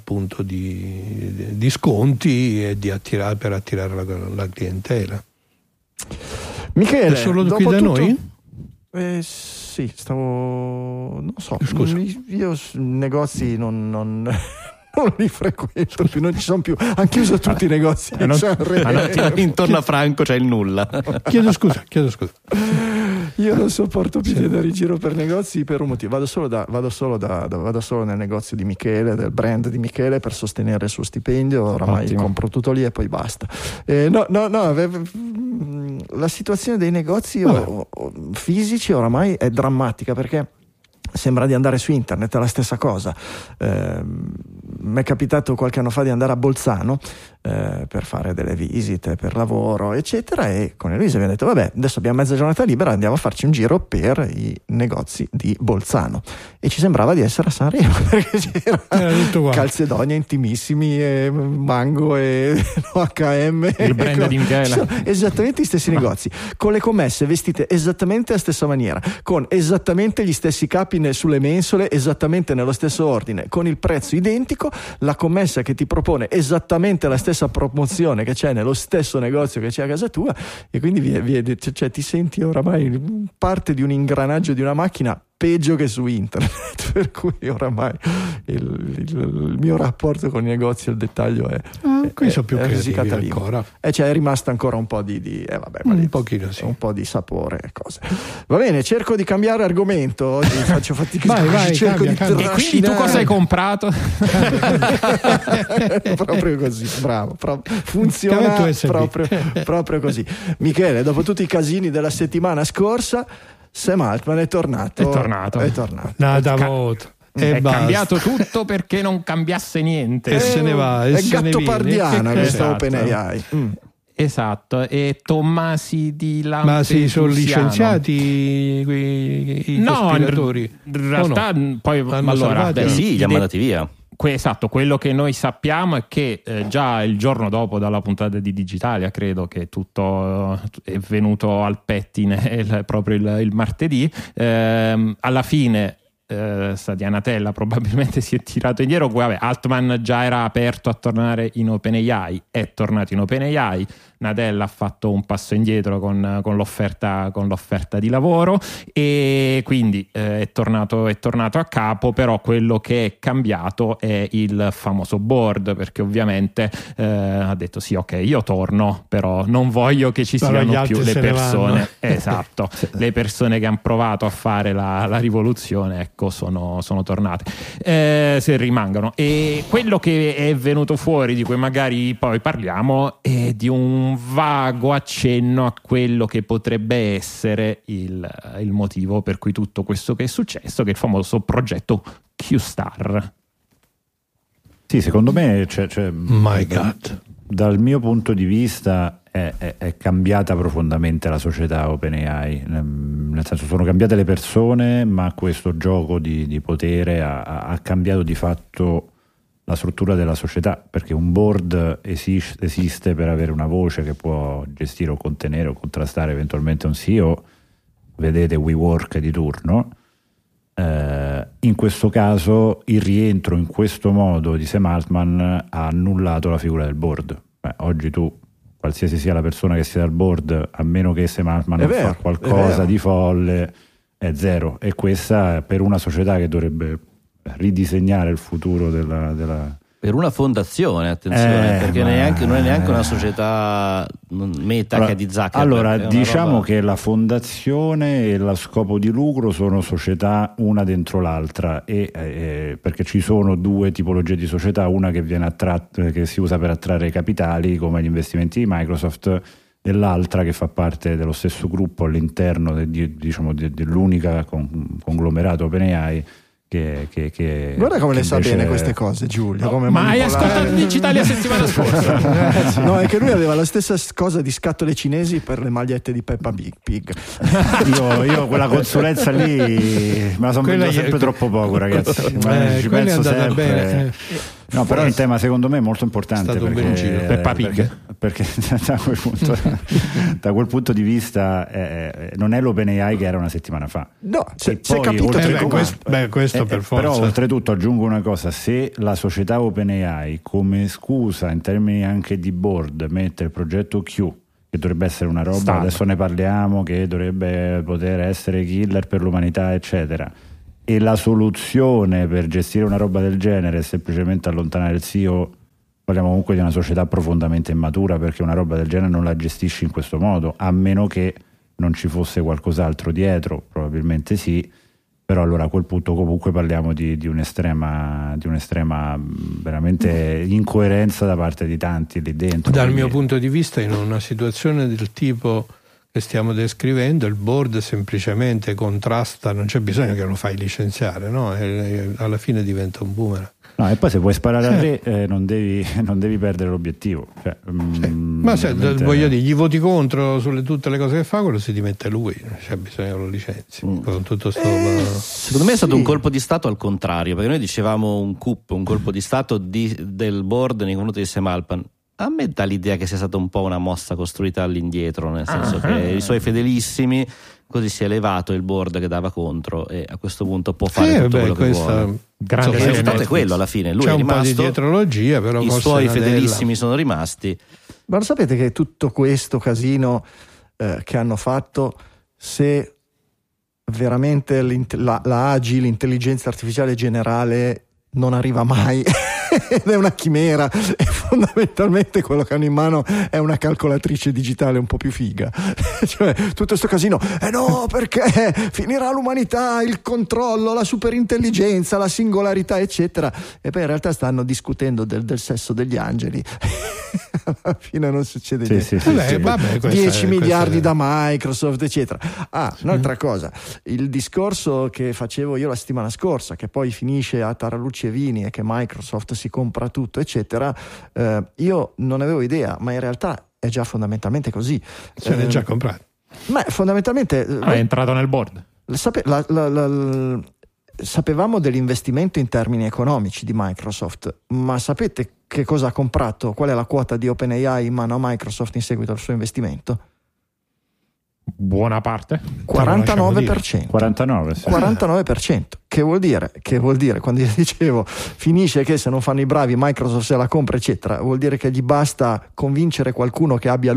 sconti e per attirare la clientela. Michele, è solo qui da noi? Sì, non so. Scusa. Io negozi non li frequento più, non ci sono più. Han chiuso tutti i negozi di Sanremo. Intorno a Franco c'è il nulla. Chiedo scusa. Io non sopporto più di andare in giro per negozi per un motivo. Vado solo nel negozio di Michele, del brand di Michele, per sostenere il suo stipendio. Oramai compro tutto lì e poi basta. La situazione dei negozi fisici oramai è drammatica, perché sembra di andare su internet, è la stessa cosa. Mi è capitato qualche anno fa di andare a Bolzano per fare delle visite per lavoro eccetera, e con Elisa abbiamo detto vabbè, adesso abbiamo mezza giornata libera, andiamo a farci un giro per i negozi di Bolzano, e ci sembrava di essere a Sanremo, perché c'era Calzedonia, Intimissimi, Mango e H&M, il brand di Michele, esattamente gli stessi negozi, con le commesse vestite esattamente alla stessa maniera, con esattamente gli stessi capi sulle mensole, esattamente nello stesso ordine, con il prezzo identico, la commessa che ti propone esattamente la stessa promozione che c'è nello stesso negozio che c'è a casa tua, e quindi cioè, ti senti oramai parte di un ingranaggio di una macchina peggio che su internet, per cui oramai il mio rapporto con i negozi al dettaglio è sono più creativi ancora, cioè è rimasto ancora un po' un pochino sì, un po' di sapore e cose. Va bene, cerco di cambiare argomento oggi, faccio fatica, cerco di cambia. E quindi tu cosa hai comprato? Proprio così, bravo, funziona proprio così. Michele, dopo tutti i casini della settimana scorsa, Sam Altman è tornato. Nada È cambiato tutto perché non cambiasse niente. E se ne va. È gattopardiana questa Esatto. OpenAI. Esatto, e Tommasi di Lampedusa. Ma si sono licenziati i cospiratori? In realtà poi Hanno allora, salvati? Sì, li ha mandati via. Esatto, quello che noi sappiamo è che già il giorno dopo dalla puntata di Digitalia, credo che tutto è venuto al pettine proprio il martedì, alla fine Satya Nadella probabilmente si è tirato indietro. Vabbè, Altman già era aperto a tornare in OpenAI, è tornato in OpenAI. Nadella ha fatto un passo indietro con l'offerta di lavoro e quindi è tornato a capo. Però quello che è cambiato è il famoso board, perché ovviamente ha detto sì, ok, io torno, però non voglio che ci siano più le persone, esatto, le persone che hanno provato a fare la rivoluzione, ecco, sono tornate, se rimangono. E quello che è venuto fuori, di cui magari poi parliamo, è di un vago accenno a quello che potrebbe essere il motivo per cui tutto questo che è successo, che è il famoso progetto Q-Star. Sì, secondo me My God. Dal mio punto di vista è cambiata profondamente la società OpenAI, nel senso sono cambiate le persone, ma questo gioco di potere ha cambiato di fatto la struttura della società, perché un board esiste per avere una voce che può gestire o contenere o contrastare eventualmente un CEO, vedete WeWork di turno. In questo caso il rientro in questo modo di Sam Altman ha annullato la figura del board. Oggi tu, qualsiasi sia la persona che sia al board, a meno che Sam Altman non fa qualcosa di folle, è zero. E questa per una società che dovrebbe ridisegnare il futuro della Per una fondazione, attenzione, perché non è neanche una società Meta, allora, che è di Zuckerberg. Allora, diciamo roba... che la fondazione e lo scopo di lucro sono società una dentro l'altra, perché ci sono due tipologie di società, una che viene che si usa per attrarre capitali, come gli investimenti di Microsoft, e l'altra che fa parte dello stesso gruppo all'interno dell'unica conglomerato OpenAI. Guarda come le sa bene queste cose, Giulio. No, ma hai ascoltato Digitalia settimana scorsa? No, è che lui aveva la stessa cosa di scatole cinesi per le magliette di Peppa Pig. Io quella consulenza lì me la sono presa sempre troppo poco, ragazzi. Ci penso sempre. Bene. No, però è un tema secondo me molto importante, perché da quel punto di vista non è l'OpenAI che era una settimana fa. No, si è capito questo per forza. Però oltretutto aggiungo una cosa: se la società OpenAI come scusa in termini anche di board mette il progetto Q, che dovrebbe essere una roba, adesso ne parliamo, che dovrebbe poter essere killer per l'umanità eccetera, e la soluzione per gestire una roba del genere è semplicemente allontanare il CEO, parliamo comunque di una società profondamente immatura, perché una roba del genere non la gestisci in questo modo, a meno che non ci fosse qualcos'altro dietro, probabilmente sì, però allora a quel punto comunque parliamo di un'estrema veramente incoerenza da parte di tanti lì dentro. Dal mio punto di vista, in una situazione del tipo che stiamo descrivendo, il board semplicemente contrasta, non c'è bisogno che lo fai licenziare, no? Alla fine diventa un boomerang. No, e poi se vuoi sparare a re non devi perdere l'obiettivo. Ma voglio dire, gli voti contro sulle tutte le cose che fa, quello si dimette lui, non c'è bisogno che lo licenzi. Con tutto secondo me è stato un colpo di stato al contrario, perché noi dicevamo un colpo di stato del board nei confronti di Sam Altman. A me dà l'idea che sia stata un po' una mossa costruita all'indietro, nel senso che i suoi fedelissimi, così si è elevato il board che dava contro, e a questo punto può fare tutto quello che vuole. Il risultato è quello alla fine, lui c'è è rimasto, un po' di dietrologia, però i suoi fedelissimi sono rimasti. Ma lo sapete che tutto questo casino che hanno fatto, se veramente la AGI, l'intelligenza artificiale generale, non arriva mai ed è una chimera, e fondamentalmente quello che hanno in mano è una calcolatrice digitale un po' più figa, cioè tutto sto casino no, perché finirà l'umanità, il controllo, la superintelligenza, la singolarità eccetera, e poi in realtà stanno discutendo del sesso degli angeli alla fine non succede niente. Vabbè, 10 miliardi da Microsoft, eccetera. Un'altra cosa, il discorso che facevo io la settimana scorsa, che poi finisce a Tarallucci e Vini e che Microsoft si compra tutto, eccetera, io non avevo idea, ma in realtà è già fondamentalmente così. Se l'è già comprato. Ma fondamentalmente è entrato nel board. Sapevamo dell'investimento in termini economici di Microsoft, ma sapete che cosa ha comprato? Qual è la quota di OpenAI in mano a Microsoft in seguito al suo investimento? Buona parte? 49%. 49%. Che vuol dire? Quando io dicevo finisce che se non fanno i bravi Microsoft se la compra, eccetera, vuol dire che gli basta convincere qualcuno che abbia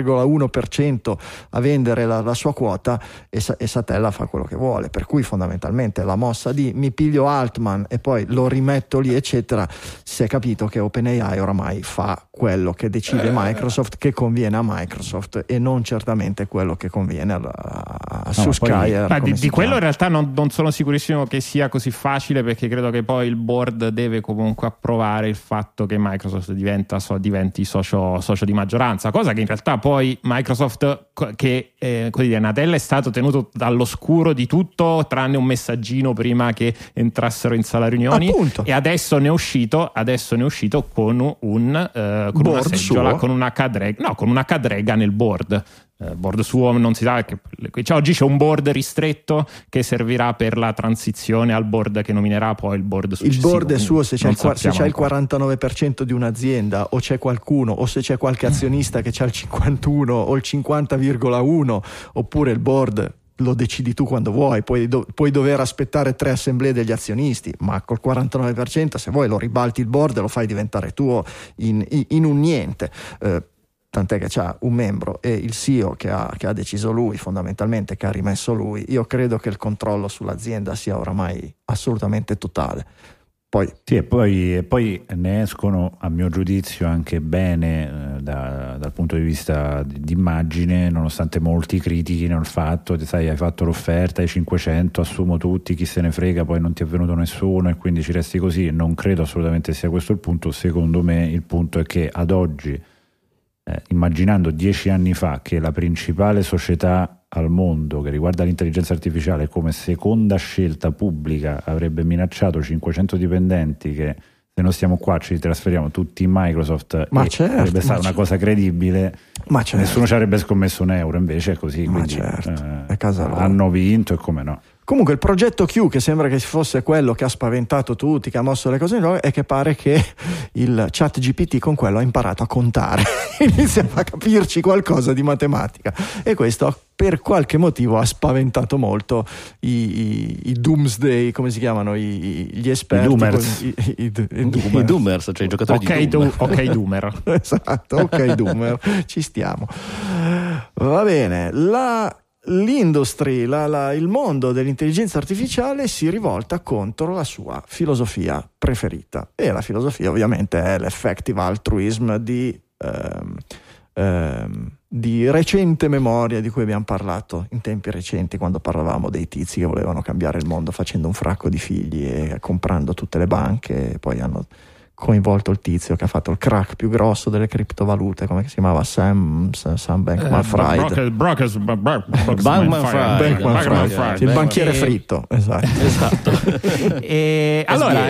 l'1,1% a vendere la sua quota e Satella fa quello che vuole. Per cui fondamentalmente la mossa di mi piglio Altman e poi lo rimetto lì, eccetera, si è capito che OpenAI oramai fa quello che decide Microsoft, che conviene a Microsoft e non certamente quello che conviene su Sky. Di quello in realtà non sono sicurissimo che sia così facile, perché credo che poi il board deve comunque approvare il fatto che Microsoft diventi socio di maggioranza, cosa che in realtà poi Microsoft, che Nadella è stato tenuto all'oscuro di tutto tranne un messaggino prima che entrassero in sala riunioni. Appunto. E adesso ne è uscito con una seggiola, con una cadrega nel board. Board suo non si sa, oggi c'è un board ristretto che servirà per la transizione al board che nominerà poi il board successivo. Il board è suo se c'è il 49% di un'azienda, o c'è qualcuno, o se c'è qualche azionista che c'ha il 51 o il 50,1, oppure il board lo decidi tu quando vuoi, puoi dover aspettare 3 assemblee degli azionisti, ma col 49% se vuoi lo ribalti il board e lo fai diventare tuo in un niente. Tant'è che c'ha un membro e il CEO che ha deciso lui, fondamentalmente, che ha rimesso lui. Io credo che il controllo sull'azienda sia oramai assolutamente totale. E poi ne escono, a mio giudizio, anche bene dal punto di vista di immagine, nonostante molti critichino il fatto di, hai fatto l'offerta ai 500, assumo tutti, chi se ne frega, poi non ti è venuto nessuno e quindi ci resti così. Non credo assolutamente sia questo il punto. Secondo me il punto è che ad oggi, immaginando 10 anni fa che la principale società al mondo che riguarda l'intelligenza artificiale come seconda scelta pubblica avrebbe minacciato 500 dipendenti che se non stiamo qua ci trasferiamo tutti in Microsoft, sarebbe stata una cosa credibile, nessuno ci avrebbe scommesso un euro, invece è così, quindi è casa loro. Hanno vinto e come no. Comunque il progetto Q, che sembra che fosse quello che ha spaventato tutti, che ha mosso le cose in gioco, è che pare che il chat GPT con quello ha imparato a contare, inizia a capirci qualcosa di matematica, e questo per qualche motivo ha spaventato molto i doomsday, come si chiamano, gli esperti, i doomers, cioè i giocatori di Doom. Ok doomer. Esatto, ok doomer, ci stiamo. Va bene, l'industry, il mondo dell'intelligenza artificiale si rivolta contro la sua filosofia preferita, e la filosofia ovviamente è l'effective altruism di recente memoria, di cui abbiamo parlato in tempi recenti, quando parlavamo dei tizi che volevano cambiare il mondo facendo un fracco di figli e comprando tutte le banche, e poi hanno coinvolto il tizio che ha fatto il crack più grosso delle criptovalute, come si chiamava, Sam Bankman-Fried, il banchiere fritto, esatto. E allora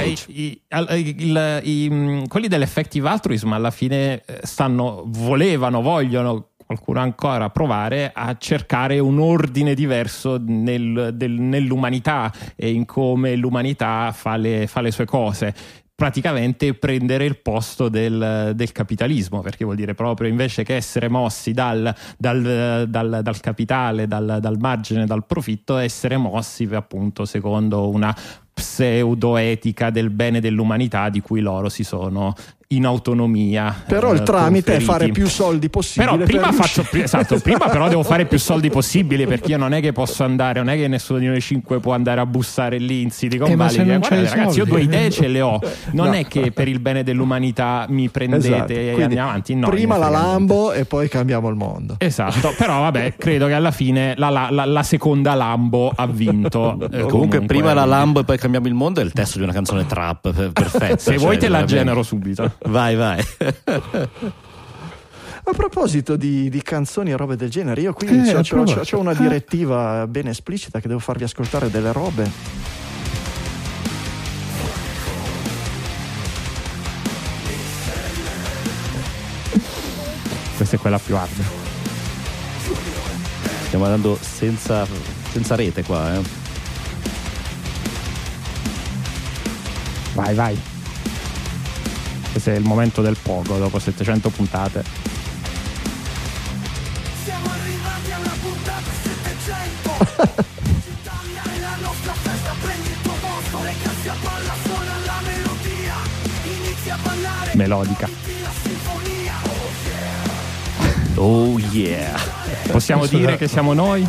quelli dell'effective altruism alla fine vogliono qualcuno ancora provare a cercare un ordine diverso nell'umanità e in come l'umanità fa le sue cose. Praticamente prendere il posto del capitalismo, perché vuol dire proprio, invece che essere mossi dal capitale, dal margine, dal profitto, essere mossi appunto secondo una pseudoetica del bene dell'umanità di cui loro si sono in autonomia. Però il tramite è fare più soldi possibile. Però prima però devo fare più soldi possibili, perché io non è che posso andare, non è che nessuno di noi 5 può andare a bussare lì in Silicon Valley. Guardate ragazzi, io 2 idee ce le ho. Non è che per il bene dell'umanità mi prendete e andiamo avanti. No, prima la Lambo e poi cambiamo il mondo. Esatto, però vabbè, credo che alla fine la seconda Lambo ha vinto. Comunque prima la Lambo e poi cambiamo il mondo è il testo di una canzone trap perfetta. Se vuoi te la genero subito. Vai. A proposito di canzoni e robe del genere, io qui c'ho una direttiva ben esplicita che devo farvi ascoltare delle robe. Questa è quella più hard. Stiamo andando senza rete qua, Vai. Questo è il momento del poco dopo 700 puntate. Siamo arrivati alla puntata 700. Italia è la nostra festa, prendi il tuo posto. Le casse a palla, suona la melodia. Inizia a ballare. Melodica. La sinfonia. Oh yeah. Possiamo dire che siamo noi?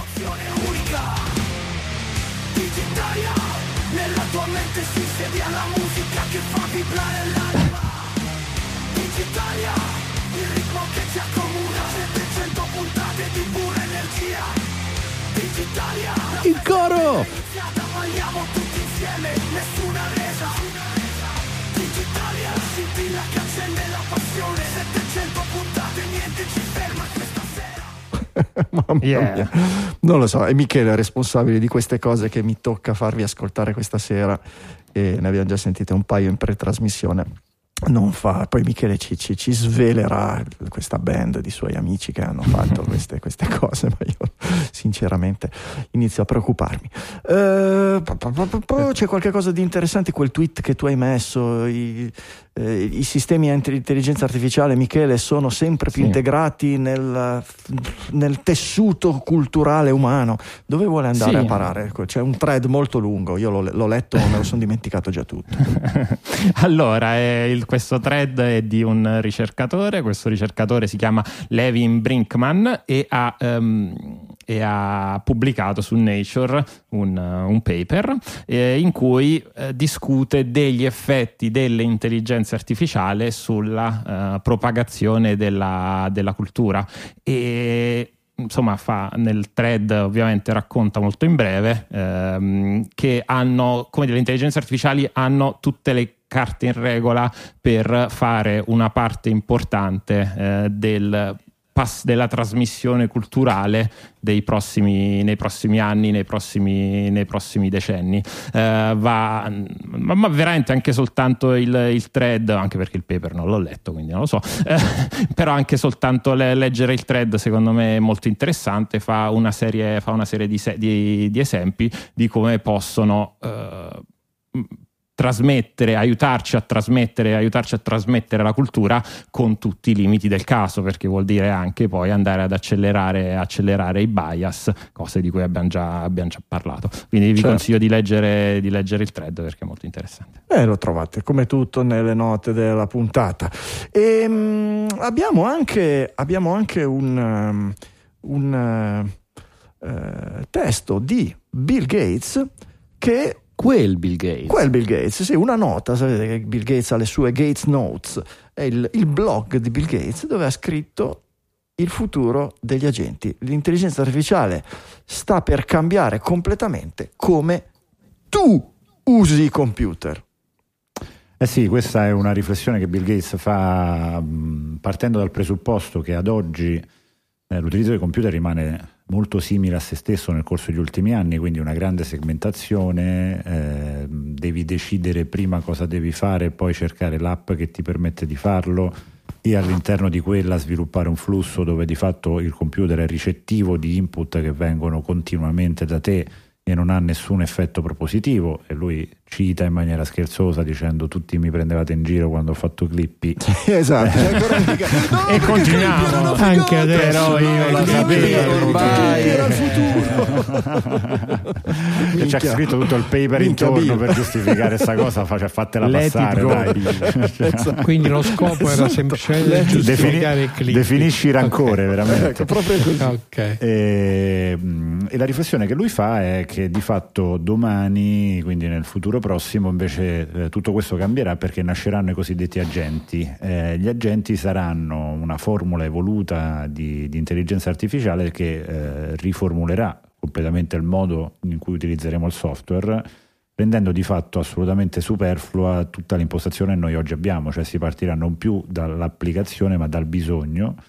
Digitalia, nella tua mente si sedia la musica che fa vibrare l'anima. Digitalia, il ritmo che ci accomuna. 700 puntate di pura energia. Digitalia, Il coro! iniziata, balliamo tutti insieme, nessuna resa. Digitalia, scintilla che accende la passione. 700 puntate, niente ci ferma questa sera. Mamma mia. Non lo so, è Michele responsabile di queste cose che mi tocca farvi ascoltare questa sera, e ne abbiamo già sentite un paio in pretrasmissione. Non fa, poi Michele ci svelerà questa band di suoi amici che hanno fatto queste cose, ma io sinceramente inizio a preoccuparmi. C'è qualche cosa di interessante, quel tweet che tu hai messo, i sistemi di intelligenza artificiale, Michele, sono sempre più integrati nel tessuto culturale umano. Dove vuole andare a parare? C'è un thread molto lungo, io l'ho letto, me lo sono dimenticato già tutto. Allora, questo thread è di un ricercatore. Questo ricercatore si chiama Levin Brinkman e ha pubblicato su Nature un paper in cui discute degli effetti delle intelligenze artificiali sulla propagazione della cultura. E insomma, nel thread ovviamente racconta molto in breve che le intelligenze artificiali hanno tutte le carte in regola per fare una parte importante della trasmissione culturale nei prossimi anni, nei prossimi decenni. Ma veramente anche soltanto il thread, anche perché il paper non l'ho letto, quindi non lo so, però anche soltanto leggere il thread secondo me è molto interessante. Fa una serie di esempi di come possono aiutarci a trasmettere la cultura, con tutti i limiti del caso, perché vuol dire anche poi andare ad accelerare i bias, cose di cui abbiamo già parlato. Quindi vi consiglio di leggere il thread, perché è molto interessante. Lo trovate come tutto nelle note della puntata. E abbiamo anche un testo di Bill Gates che Quel Bill Gates, sì, una nota. Sapete che Bill Gates ha le sue Gates Notes, è il blog di Bill Gates dove ha scritto il futuro degli agenti. L'intelligenza artificiale sta per cambiare completamente come tu usi i computer. Sì, questa è una riflessione che Bill Gates fa partendo dal presupposto che ad oggi l'utilizzo dei computer rimane molto simile a se stesso nel corso degli ultimi anni, quindi una grande segmentazione, devi decidere prima cosa devi fare e poi cercare l'app che ti permette di farlo, e all'interno di quella sviluppare un flusso dove di fatto il computer è ricettivo di input che vengono continuamente da te e non ha nessun effetto propositivo. E lui cita in maniera scherzosa dicendo: tutti mi prendevate in giro quando ho fatto Clippy. Esatto. E continuiamo anche adesso. Io lo sapevo ormai. Era il futuro. E c'è scritto tutto il paper intorno per giustificare questa cosa. Fatela passare, dai. Quindi lo scopo era semplicemente giustificare il clip. Definisci rancore, veramente. Proprio così. Okay. E la riflessione che lui fa è che di fatto domani, quindi nel futuro prossimo, invece tutto questo cambierà, perché nasceranno i cosiddetti agenti. Gli agenti saranno una formula evoluta di intelligenza artificiale che riformulerà completamente il modo in cui utilizzeremo il software, rendendo di fatto assolutamente superflua tutta l'impostazione che noi oggi abbiamo, cioè si partirà non più dall'applicazione ma dal bisogno,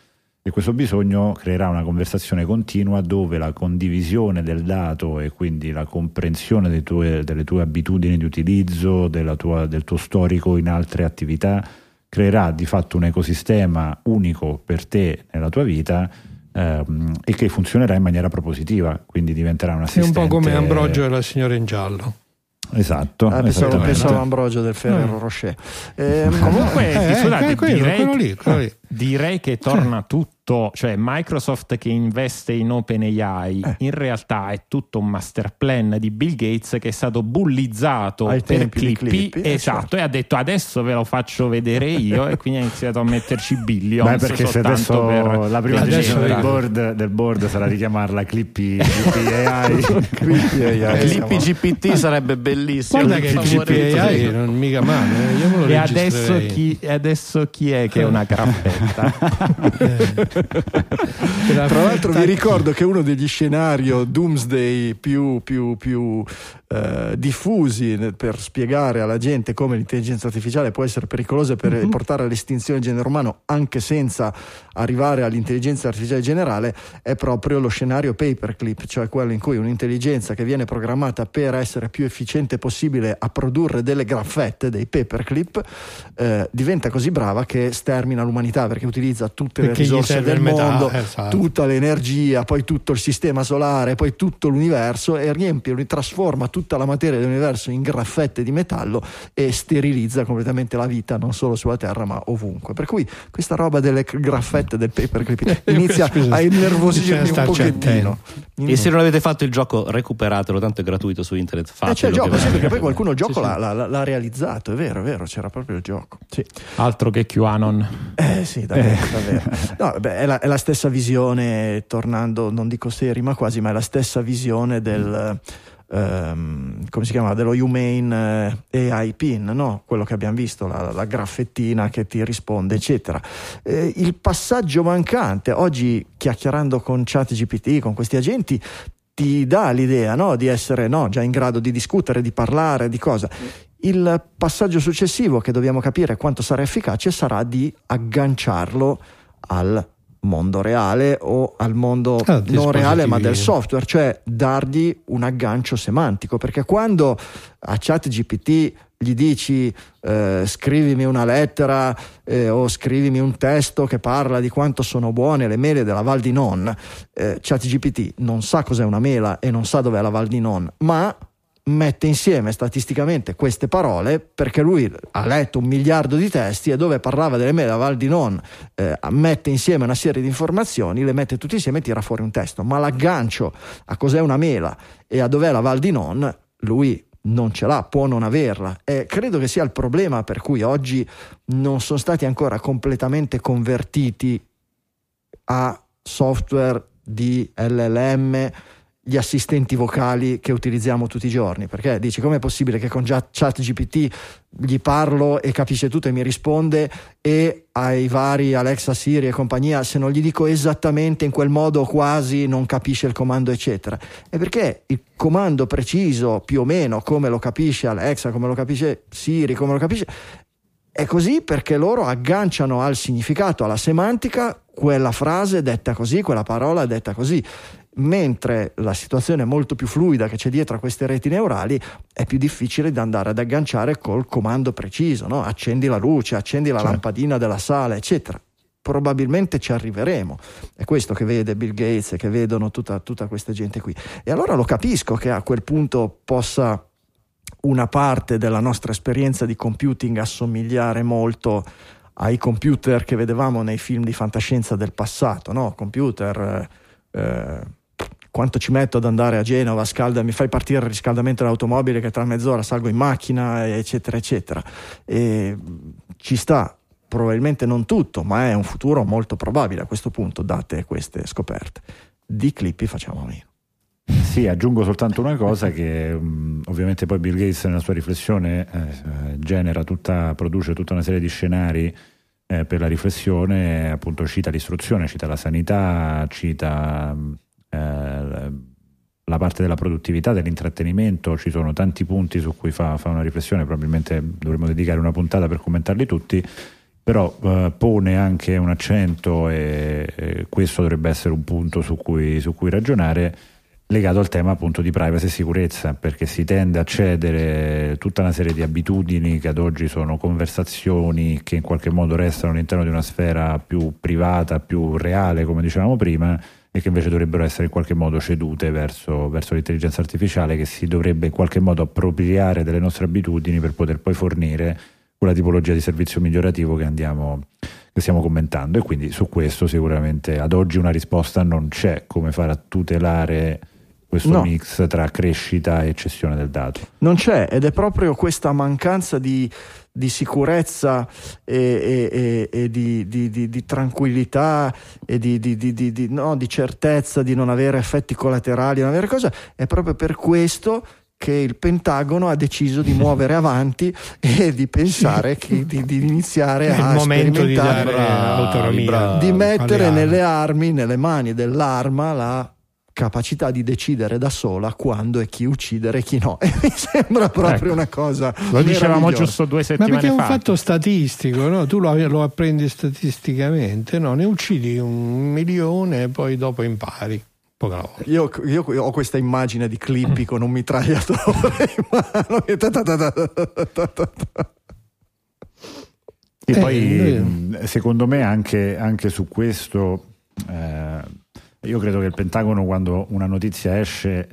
E questo bisogno creerà una conversazione continua dove la condivisione del dato e quindi la comprensione delle tue abitudini di utilizzo, del tuo storico in altre attività, creerà di fatto un ecosistema unico per te nella tua vita, e che funzionerà in maniera propositiva, quindi diventerà un assistente. È un po' come Ambrogio e la signora in giallo. Esatto, pensavo Ambrogio del Ferrero Rocher. Comunque, scusate, quello lì. direi che torna tutto, cioè Microsoft che investe in OpenAI in realtà è tutto un master plan di Bill Gates che è stato bullizzato per Clippy, esatto, e ha detto adesso ve lo faccio vedere io, e quindi ha iniziato a metterci billions. Beh, perché se adesso la prima decisione del board sarà richiamarla Clippy AI. Clippy GPT sarebbe bellissimo. Guarda che Clippy AI non mica male, io me lo e adesso chi è che è una graffetta? Tra l'altro vi ricordo che uno degli scenario doomsday più diffusi per spiegare alla gente come l'intelligenza artificiale può essere pericolosa per portare all'estinzione del genere umano anche senza arrivare all'intelligenza artificiale generale è proprio lo scenario paperclip, cioè quello in cui un'intelligenza che viene programmata per essere più efficiente possibile a produrre delle graffette, dei paperclip, diventa così brava che stermina l'umanità perché utilizza tutte le risorse del mondo, tutta l'energia, poi tutto il sistema solare, poi tutto l'universo, e trasforma tutta la materia dell'universo in graffette di metallo e sterilizza completamente la vita non solo sulla Terra ma ovunque. Per cui questa roba delle graffette del paperclip inizia a innervosirmi un pochettino. E se non avete fatto il gioco, recuperatelo, tanto è gratuito su internet. C'è il gioco, perché poi qualcuno il gioco l'ha realizzato, è vero, c'era proprio il gioco. Sì. Altro che QAnon. Sì, davvero. No, è la stessa visione, tornando, non dico seri ma quasi, ma è la stessa visione del come si chiama, dello Humane AI Pin, no? Quello che abbiamo visto, la graffettina che ti risponde eccetera. Il passaggio mancante oggi, chiacchierando con ChatGPT, con questi agenti, ti dà l'idea, no? Di essere già in grado di discutere, di parlare, di cosa. Il passaggio successivo che dobbiamo capire quanto sarà efficace sarà di agganciarlo al mondo reale o al mondo non reale ma del software, cioè dargli un aggancio semantico, perché quando a ChatGPT gli dici scrivimi una lettera o scrivimi un testo che parla di quanto sono buone le mele della Val di Non, ChatGPT non sa cos'è una mela e non sa dov'è la Val di Non, ma mette insieme statisticamente queste parole perché lui ha letto 1 miliardo di testi e dove parlava delle mele della Val di Non mette insieme una serie di informazioni, le mette tutte insieme e tira fuori un testo, ma l'aggancio a cos'è una mela e a dov'è la Val di Non lui non ce l'ha, può non averla, e credo che sia il problema per cui oggi non sono stati ancora completamente convertiti a software di LLM gli assistenti vocali che utilizziamo tutti i giorni, perché dici com'è possibile che con ChatGPT gli parlo e capisce tutto e mi risponde, e ai vari Alexa, Siri e compagnia se non gli dico esattamente in quel modo quasi non capisce il comando eccetera. E perché il comando preciso più o meno come lo capisce Alexa, come lo capisce Siri, come lo capisce, è così perché loro agganciano al significato, alla semantica, quella frase detta così, quella parola detta così. Mentre la situazione molto più fluida che c'è dietro a queste reti neurali è più difficile da andare ad agganciare col comando preciso, no? Accendi la luce, accendi la lampadina della sala, eccetera. Probabilmente ci arriveremo. È questo che vede Bill Gates e che vedono tutta questa gente qui. E allora lo capisco che a quel punto possa una parte della nostra esperienza di computing assomigliare molto ai computer che vedevamo nei film di fantascienza del passato, no? Computer... quanto ci metto ad andare a Genova, mi fai partire il riscaldamento dell'automobile che tra mezz'ora salgo in macchina, eccetera eccetera. E ci sta, probabilmente non tutto, ma è un futuro molto probabile a questo punto, date queste scoperte. Di Clippy facciamo a meno. Sì, aggiungo soltanto una cosa, che ovviamente poi Bill Gates nella sua riflessione produce tutta una serie di scenari per la riflessione, appunto cita l'istruzione, cita la sanità, cita la parte della produttività, dell'intrattenimento. Ci sono tanti punti su cui fa una riflessione, probabilmente dovremmo dedicare una puntata per commentarli tutti, però pone anche un accento, e questo dovrebbe essere un punto su cui ragionare, legato al tema appunto di privacy e sicurezza, perché si tende a cedere tutta una serie di abitudini che ad oggi sono conversazioni che in qualche modo restano all'interno di una sfera più privata, più reale, come dicevamo prima, e che invece dovrebbero essere in qualche modo cedute verso l'intelligenza artificiale, che si dovrebbe in qualche modo appropriare delle nostre abitudini per poter poi fornire quella tipologia di servizio migliorativo che stiamo commentando. E quindi su questo sicuramente ad oggi una risposta non c'è, come fare a tutelare questo mix tra crescita e cessione del dato. Non c'è, ed è proprio questa mancanza di sicurezza e di tranquillità e di certezza di non avere effetti collaterali, non avere cosa, è proprio per questo che il Pentagono ha deciso di muovere avanti e di pensare di iniziare a sperimentare, autonomia, di mettere nelle mani dell'arma la capacità di decidere da sola quando e chi uccidere e chi no, e mi sembra proprio una cosa lo dicevamo giusto 2 settimane fa. Ma perché è un fatto statistico, no? Tu lo apprendi statisticamente, no? Ne uccidi 1 milione e poi dopo impari. Io ho questa immagine di Clippy con un mitragliatore in mano e poi secondo me anche su questo io credo che il Pentagono, quando una notizia esce,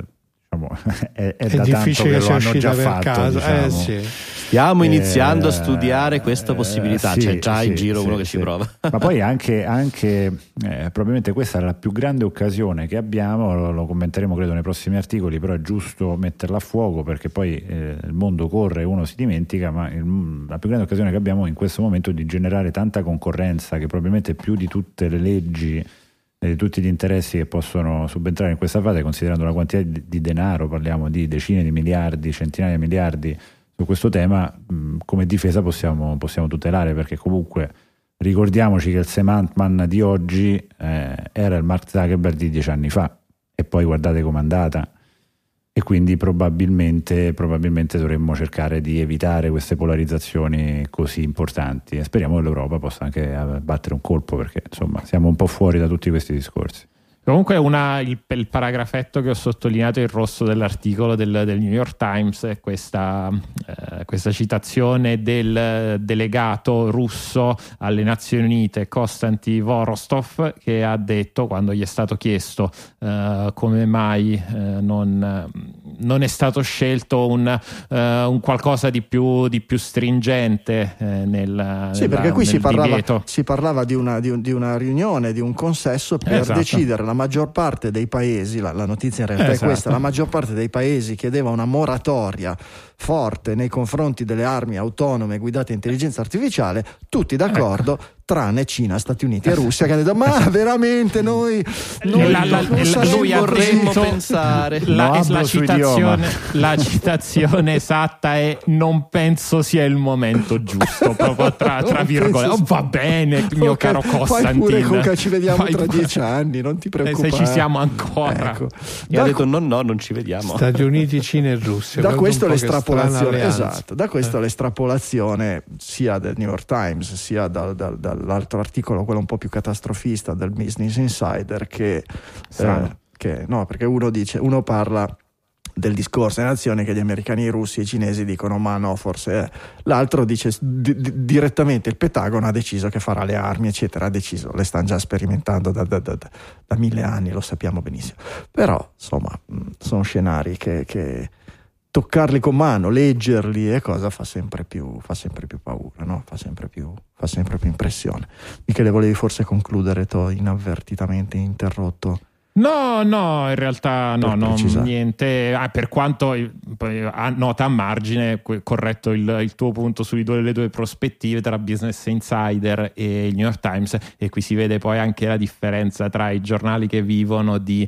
è da tanto che lo hanno già fatto, diciamo. Sì. Stiamo iniziando a studiare questa possibilità, c'è già in giro uno che ci prova. Ma poi anche probabilmente questa è la più grande occasione che abbiamo, lo commenteremo credo nei prossimi articoli, però è giusto metterla a fuoco, perché poi il mondo corre e uno si dimentica, ma la più grande occasione che abbiamo in questo momento è di generare tanta concorrenza, che probabilmente più di tutte le leggi e tutti gli interessi che possono subentrare in questa fase, considerando la quantità di denaro, parliamo di decine di miliardi, centinaia di miliardi su questo tema, come difesa possiamo tutelare, perché comunque ricordiamoci che il Sam Altman di oggi era il Mark Zuckerberg di 10 anni fa, e poi guardate com'è andata, e quindi probabilmente dovremmo cercare di evitare queste polarizzazioni così importanti, e speriamo che l'Europa possa anche battere un colpo, perché insomma siamo un po' fuori da tutti questi discorsi. Comunque il paragrafetto che ho sottolineato in rosso dell'articolo del New York Times è questa citazione del delegato russo alle Nazioni Unite, Konstantin Vorostov, che ha detto, quando gli è stato chiesto come mai non è stato scelto un qualcosa di più stringente perché qui si parlava di una riunione, di un consesso per decidere. La maggior parte dei paesi, la notizia in realtà è questa, la maggior parte dei paesi chiedeva una moratoria forte nei confronti delle armi autonome guidate a intelligenza artificiale, tutti d'accordo, tranne Cina, Stati Uniti e Russia, che hanno detto ma veramente noi vorremmo pensare. La citazione esatta è: non penso sia il momento giusto, proprio tra virgolette. Va bene, mio caro Costantin, fai pure Coca, ci vediamo tra 10 anni, non ti preoccupare, se ci siamo ancora. Ecco. E ha detto no, non ci vediamo. Stati Uniti, Cina e Russia. Da questo l'estrapolazione, esatto, da questo l'estrapolazione sia del New York Times sia dall'altro articolo, quello un po' più catastrofista del Business Insider, che perché uno parla del discorso in azione che gli americani, i russi e i cinesi dicono ma no, forse è. L'altro dice direttamente il Pentagono ha deciso che farà le armi, eccetera, ha deciso, le stanno già sperimentando da 1000 anni, lo sappiamo benissimo. Però insomma sono scenari che toccarli con mano, leggerli e cosa fa sempre più paura, no? Fa sempre più impressione. Michele, volevi forse concludere, t'ho inavvertitamente interrotto. No, in realtà no, niente. Per quanto nota a margine, corretto il tuo punto sulle due prospettive tra Business Insider e il New York Times, e qui si vede poi anche la differenza tra i giornali che vivono di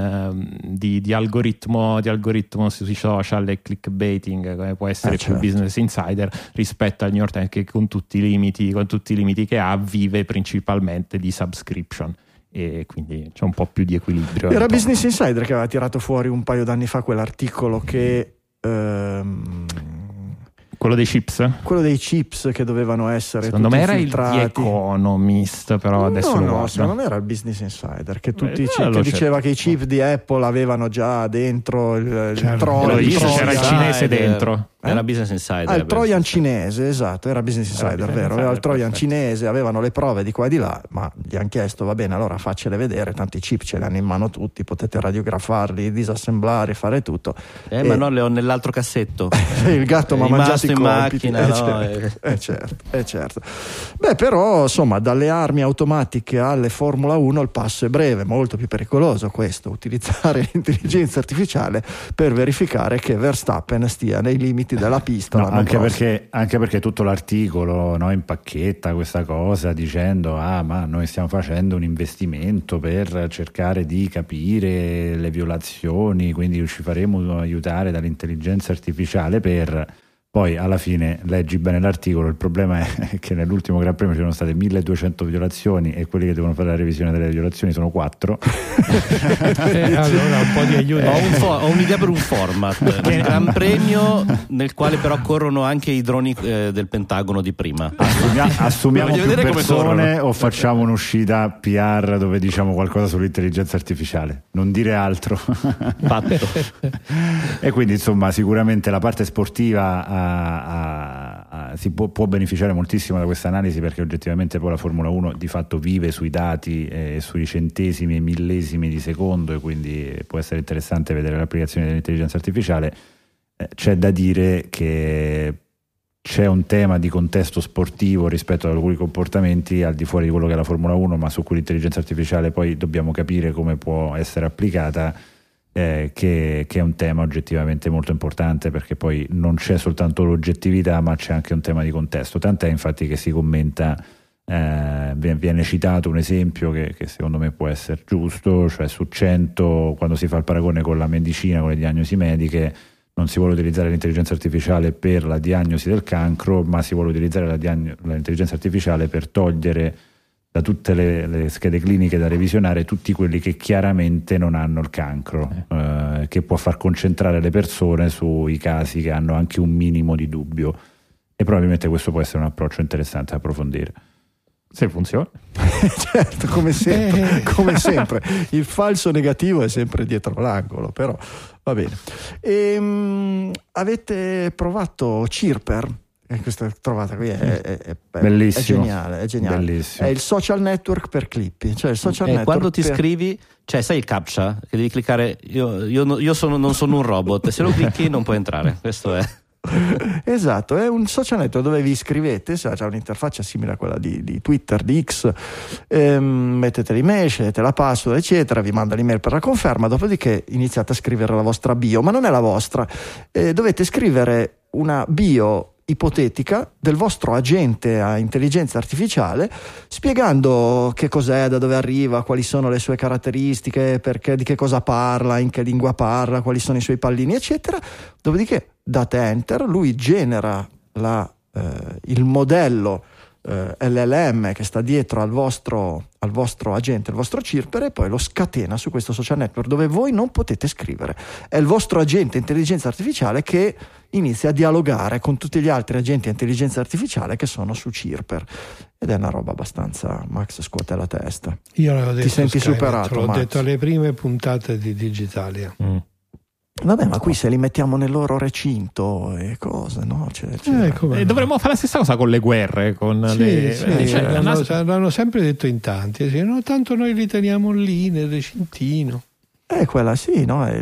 algoritmo sui social e clickbaiting, come può essere più Business Insider, rispetto al New York Times, che con tutti i limiti che ha, vive principalmente di subscription. E quindi c'è un po' più di equilibrio. Era Business Insider che aveva tirato fuori un paio d'anni fa quell'articolo che Quello dei chips? Quello dei chips che dovevano essere secondo me era infiltrati. il The Economist, però adesso no, secondo me era il Business Insider che che diceva certo. che i chip di Apple avevano già dentro il c'era il cinese dentro. Era Business Insider. il Trojan cinese, esatto, era Business Insider, vero? Aveva il Trojan cinese, avevano le prove di qua e di là, ma gli hanno chiesto, va bene, allora faccele vedere, tanto i chip ce li hanno in mano tutti, potete radiografarli, disassemblare, fare tutto. Ma no, le ho nell'altro cassetto. Il gatto mi ha mangiato i in compiti. macchina, certo. Beh, però, insomma, dalle armi automatiche alle Formula 1 il passo è breve, molto più pericoloso questo, utilizzare l'intelligenza artificiale per verificare che Verstappen stia nei limiti della pista. Anche perché tutto l'articolo, no, impacchetta questa cosa dicendo ma noi stiamo facendo un investimento per cercare di capire le violazioni, quindi ci faremo aiutare dall'intelligenza artificiale per... Poi alla fine leggi bene l'articolo, il problema è che nell'ultimo Gran Premio ci sono state 1200 violazioni e quelli che devono fare la revisione delle violazioni sono 4. Allora un po' di aiuto. Ho un'idea per un format, un Gran Premio nel quale però corrono anche i droni del Pentagono di prima. Assumiamo più persone o facciamo un'uscita PR dove diciamo qualcosa sull'intelligenza artificiale? Non dire altro. Fatto. E quindi insomma sicuramente la parte sportiva si può beneficiare moltissimo da questa analisi, perché oggettivamente poi la Formula 1 di fatto vive sui dati, sui centesimi e millesimi di secondo, e quindi può essere interessante vedere l'applicazione dell'intelligenza artificiale. C'è da dire che c'è un tema di contesto sportivo rispetto ad alcuni comportamenti al di fuori di quello che è la Formula 1, ma su cui l'intelligenza artificiale poi dobbiamo capire come può essere applicata. Che è un tema oggettivamente molto importante, perché poi non c'è soltanto l'oggettività ma c'è anche un tema di contesto, tant'è infatti che si commenta, viene citato un esempio che secondo me può essere giusto, cioè su 100, quando si fa il paragone con la medicina, con le diagnosi mediche, non si vuole utilizzare l'intelligenza artificiale per la diagnosi del cancro, ma si vuole utilizzare l'intelligenza artificiale per togliere da tutte le schede cliniche da revisionare tutti quelli che chiaramente non hanno il cancro, che può far concentrare le persone sui casi che hanno anche un minimo di dubbio, e probabilmente questo può essere un approccio interessante da approfondire. Se funziona. Certo, come sempre il falso negativo è sempre dietro l'angolo, però va bene. Avete provato Chirper? Questa trovata qui è bellissimo, è geniale. Bellissimo. È il social network per Clippy, cioè il social network quando ti scrivi, cioè sai il captcha che devi cliccare, non sono un robot, se lo clicchi non puoi entrare, questo è. Esatto, è un social network dove vi iscrivete, c'è un'interfaccia simile a quella di Twitter, di X, mettete l'email, scegliete la password eccetera, vi manda l'email per la conferma, dopodiché iniziate a scrivere la vostra bio, ma non è la vostra, dovete scrivere una bio ipotetica del vostro agente a intelligenza artificiale, spiegando che cos'è, da dove arriva, quali sono le sue caratteristiche, perché, di che cosa parla, in che lingua parla, quali sono i suoi pallini eccetera. Dopodiché date enter, lui genera il modello LLM che sta dietro al vostro agente, il vostro Chirper, e poi lo scatena su questo social network dove voi non potete scrivere. È il vostro agente intelligenza artificiale che inizia a dialogare con tutti gli altri agenti intelligenza artificiale che sono su Chirper, ed è una roba abbastanza, Max scuote la testa. Io l'avevo detto, ti senti superato, l'ho Max. detto alle prime puntate di Digitalia. Vabbè, ma qui se li mettiamo nel loro recinto e cose, no? Dovremmo fare la stessa cosa con le guerre, con l'hanno sempre detto in tanti, no, tanto noi li teniamo lì nel recintino. Quella sì, no? È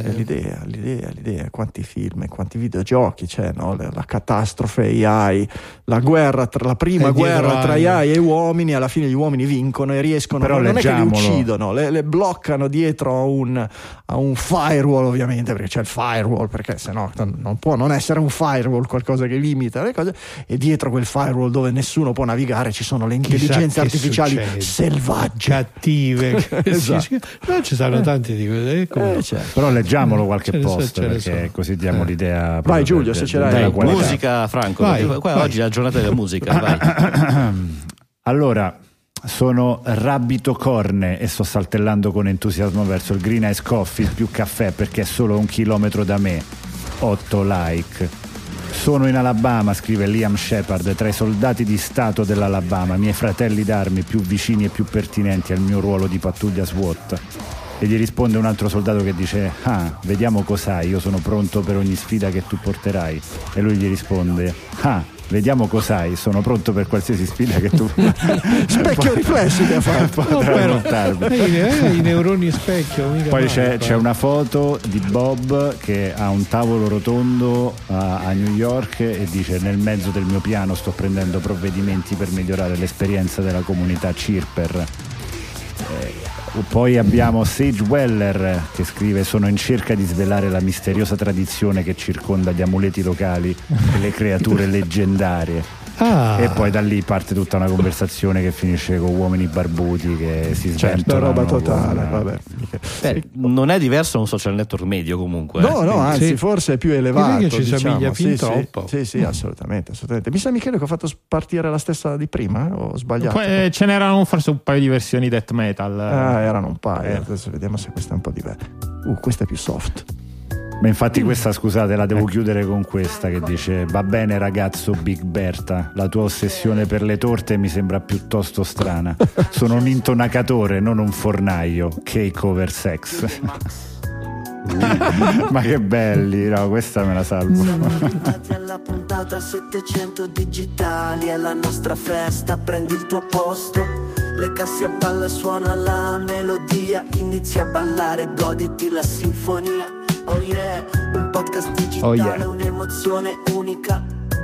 l'idea, quanti film, quanti videogiochi c'è, no? La catastrofe AI, la prima guerra tra AI e uomini, alla fine gli uomini vincono e riescono, però non è che li uccidono, le bloccano dietro a un firewall, ovviamente, perché c'è il firewall, perché sennò non può non essere un firewall qualcosa che limita le cose, e dietro quel firewall dove nessuno può navigare ci sono le intelligenze artificiali selvagge, cattive. Esatto. No, ci saranno tanti di quelle, però leggiamolo qualche post, perché così diamo l'idea. Vai Giulio, se ce l'hai. Musica, Franco, vai. Oggi è la giornata della musica, vai. Allora, sono Rabbito Corne e sto saltellando con entusiasmo verso il Green Ice Coffee più caffè, perché è solo 1 chilometro da me. 8 like. Sono in Alabama, scrive Liam Shepard, tra i soldati di Stato dell'Alabama, miei fratelli d'armi più vicini e più pertinenti al mio ruolo di pattuglia SWAT. E gli risponde un altro soldato che dice: ah, vediamo cos'hai, io sono pronto per ogni sfida che tu porterai. E lui gli risponde: ah, vediamo cos'hai, sono pronto per qualsiasi sfida che tu specchio riflesso che ha fatto. I neuroni specchio. Poi c'è una foto di Bob che ha un tavolo rotondo a New York e dice: nel mezzo del mio piano sto prendendo provvedimenti per migliorare l'esperienza della comunità Chirper. Poi abbiamo Sage Weller che scrive: sono in cerca di svelare la misteriosa tradizione che circonda gli amuleti locali e le creature leggendarie. E poi da lì parte tutta una conversazione che finisce con uomini barbuti che si sventolano. Roba totale, vabbè. Non è diverso da un social network medio comunque. No, anzi forse è più elevato. Ci somiglia fin troppo. Sì, assolutamente. Mi sa, Michele, che ho fatto partire la stessa di prima, o ho sbagliato? Poi, ce n'erano forse un paio di versioni death metal. Erano un paio. Adesso vediamo se questa è un po' diversa. Questa è più soft. Ma infatti questa, scusate, la devo chiudere con questa che dice: va bene ragazzo Big Berta, la tua ossessione per le torte mi sembra piuttosto strana. Sono un intonacatore, non un fornaio. Cake over sex. Ma che belli, no, questa me la salvo. Alla puntata 700 digitali, è la nostra festa, prendi il tuo posto. Le casse a palla, suona la melodia, inizi a ballare, goditi la sinfonia. Oh yeah, un podcast digitale, un'emozione unica.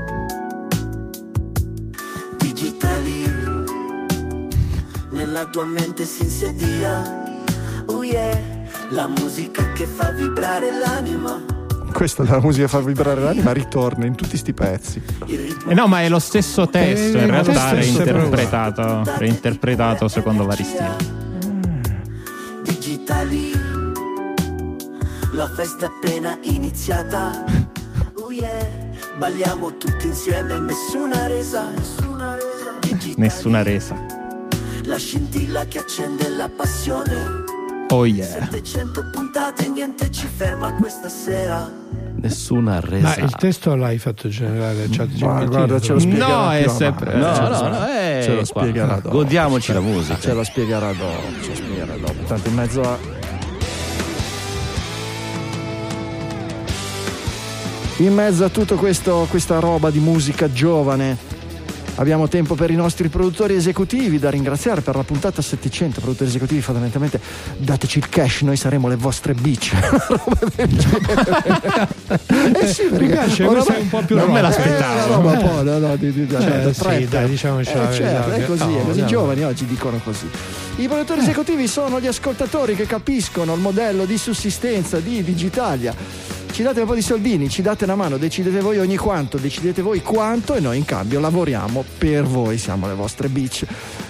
Digitali, nella tua mente si insedia. Oh yeah, la musica che fa vibrare l'anima. Questa la musica che fa vibrare l'anima ritorna in tutti sti pezzi. No, ma è lo stesso testo, in realtà reinterpretato secondo vari stili. Digitali, la festa è appena iniziata. Oh yeah, balliamo tutti insieme, nessuna resa. Nessuna resa. La scintilla che accende la passione. Oh yeah. 700 puntate, niente ci ferma questa sera. Nessuna resa. Ma il testo l'hai fatto generare? Guarda, ce lo spiegherà. No, è sempre. Ce lo spiegherà dopo. Godiamoci la musica. Ce lo spiegherà dopo. Tanto in mezzo a. In mezzo a tutto questa roba di musica giovane abbiamo tempo per i nostri produttori esecutivi da ringraziare per la puntata 700. Produttori esecutivi, fondamentalmente dateci il cash, noi saremo le vostre bitch. Sì, mi piace, questo è un po' più non me l'aspettavo. Diciamoci la verità. È così, i giovani oggi dicono così. I produttori esecutivi sono gli ascoltatori che capiscono il modello di sussistenza di Digitalia. Ci date un po' di soldini, ci date una mano, decidete voi ogni quanto, decidete voi quanto e noi in cambio lavoriamo per voi, siamo le vostre bitch.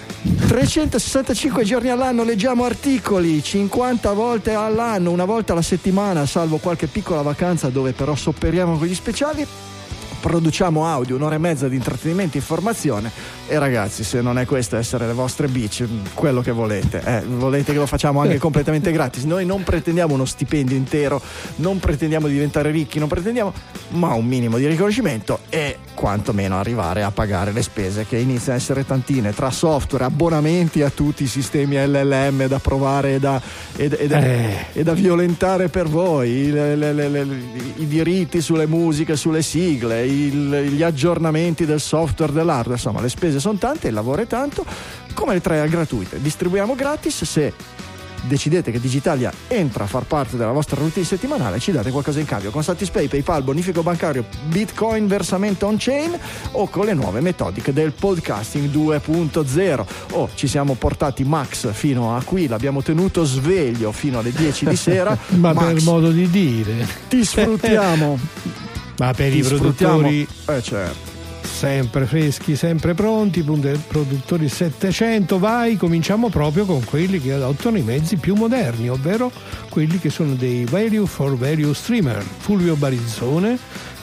365 giorni all'anno leggiamo articoli, 50 volte all'anno, una volta alla settimana, salvo qualche piccola vacanza dove però sopperiamo con gli speciali. Produciamo audio, un'ora e mezza di intrattenimento e informazione. E ragazzi, se non è questo essere le vostre bitch, quello che volete, volete che lo facciamo anche completamente gratis. Noi non pretendiamo uno stipendio intero, non pretendiamo di diventare ricchi, non pretendiamo, ma un minimo di riconoscimento e quantomeno arrivare a pagare le spese, che iniziano a essere tantine, tra software, abbonamenti a tutti i sistemi LLM da provare e da violentare per voi, i diritti sulle musiche, sulle sigle, gli aggiornamenti del software, dell'hardware, insomma le spese sono tante, il lavoro è tanto. Come le trial gratuite, distribuiamo gratis. Se decidete che Digitalia entra a far parte della vostra routine settimanale, ci date qualcosa in cambio con Satispay, PayPal, bonifico bancario, Bitcoin, versamento on-chain o con le nuove metodiche del podcasting 2.0. Ci siamo portati Max fino a qui, l'abbiamo tenuto sveglio fino alle 10 di sera. Ma Max, per modo di dire, ti sfruttiamo. Ma per i produttori certo, sempre freschi, sempre pronti, produttori 700, vai, cominciamo proprio con quelli che adottano i mezzi più moderni, ovvero quelli che sono dei value for value streamer. Fulvio Barizzone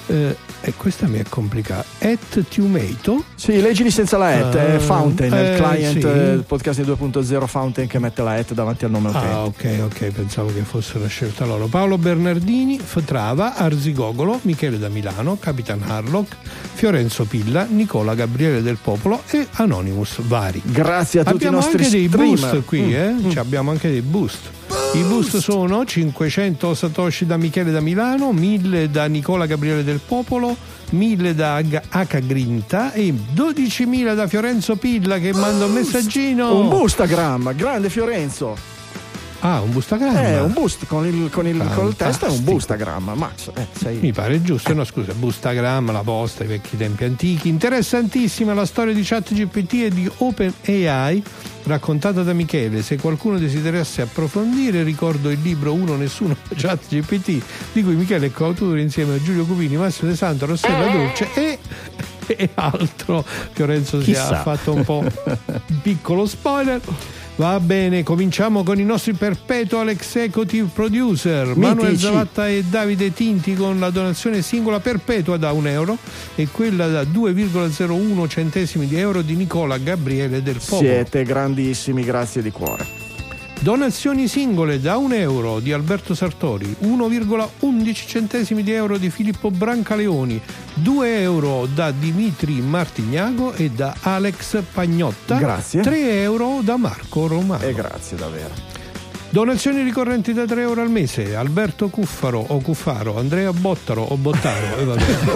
E questa mi è complicata. @Tumato. Sì, leggili senza la è Fountain, il client, sì. il podcast di 2.0 Fountain che mette la davanti al nome utente. Ok, pensavo che fosse una scelta loro. Paolo Bernardini, Trava, Arzigogolo, Michele da Milano, Capitan Harlock, Fiorenzo Pilla, Nicola Gabriele del Popolo e Anonymous vari. Grazie a tutti abbiamo i nostri anche dei streamer. boost qui, abbiamo anche dei boost. I boost sono 500 Satoshi da Michele da Milano, 1000 da Nicola Gabriele del Popolo, 1000 da H Grinta e 12.000 da Fiorenzo Pilla che manda un messaggino. Un boostagram, grande Fiorenzo. Un boostagramma. Un boost con il testo è un boostagramma, Max. Mi pare giusto, no scusa, boostagramma, la posta, i vecchi tempi antichi. Interessantissima la storia di ChatGPT e di OpenAI raccontata da Michele. Se qualcuno desiderasse approfondire, ricordo il libro Uno Nessuno ChatGPT, di cui Michele è coautore insieme a Giulio Cupini, Massimo De Santo, Rossella Dolce e altro. Fiorenzo si è fatto un po' un piccolo spoiler. Va bene, cominciamo con i nostri perpetual executive producer Manuel Zavatta e Davide Tinti con la donazione singola perpetua da €1 e quella da 2,01 centesimi di euro di Nicola Gabriele del Popolo. Siete grandissimi, grazie di cuore. Donazioni singole da €1 di Alberto Sartori, 1,11 centesimi di euro di Filippo Brancaleoni, €2 da Dimitri Martignago e da Alex Pagnotta, grazie. €3 da Marco Romano. E grazie davvero. Donazioni ricorrenti da €3 al mese: Alberto Cuffaro o Cuffaro, Andrea Bottaro o Bottaro,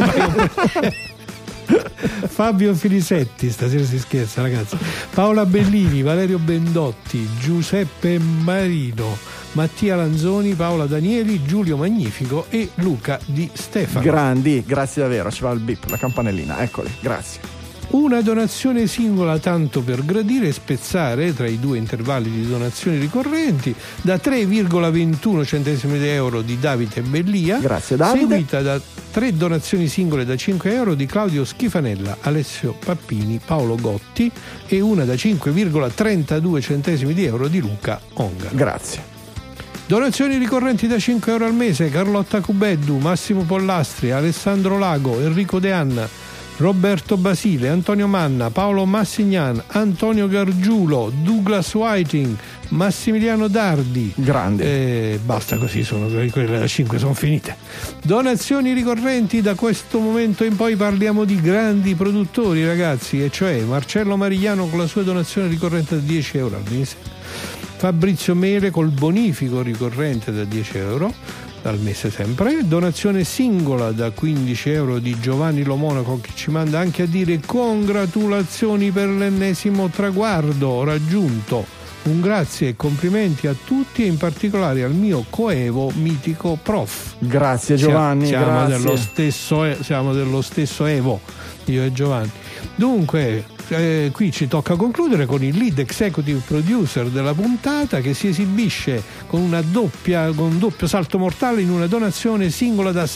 Fabio Filisetti, stasera si scherza ragazzi, Paola Bellini, Valerio Bendotti, Giuseppe Marino, Mattia Lanzoni, Paola Danieli, Giulio Magnifico e Luca Di Stefano. Grandi, grazie davvero, ci va il bip, la campanellina, eccoli, grazie. Una donazione singola tanto per gradire e spezzare tra i due intervalli di donazioni ricorrenti da 3,21 centesimi di euro di Davide Bellia, grazie Davide, seguita da 3 donazioni singole da €5 di Claudio Schifanella, Alessio Pappini, Paolo Gotti e una da 5,32 centesimi di euro di Luca Ongaro. Grazie. Donazioni ricorrenti da €5 al mese: Carlotta Cubeddu, Massimo Pollastri, Alessandro Lago, Enrico De Anna, Roberto Basile, Antonio Manna, Paolo Massignan, Antonio Gargiulo, Douglas Whiting, Massimiliano Dardi. Grande. Basta così, sono quelle da 5 sono finite. Donazioni ricorrenti da questo momento in poi parliamo di grandi produttori ragazzi, e cioè Marcello Marigliano con la sua donazione ricorrente da €10 al mese, Fabrizio Mele col bonifico ricorrente da €10 al mese sempre, donazione singola da €15 di Giovanni Lomonaco che ci manda anche a dire congratulazioni per l'ennesimo traguardo raggiunto, un grazie e complimenti a tutti e in particolare al mio coevo mitico prof. Grazie Giovanni, siamo grazie. Siamo dello stesso Evo, io e Giovanni. Dunque qui ci tocca concludere con il lead executive producer della puntata che si esibisce con un doppio salto mortale in una donazione singola da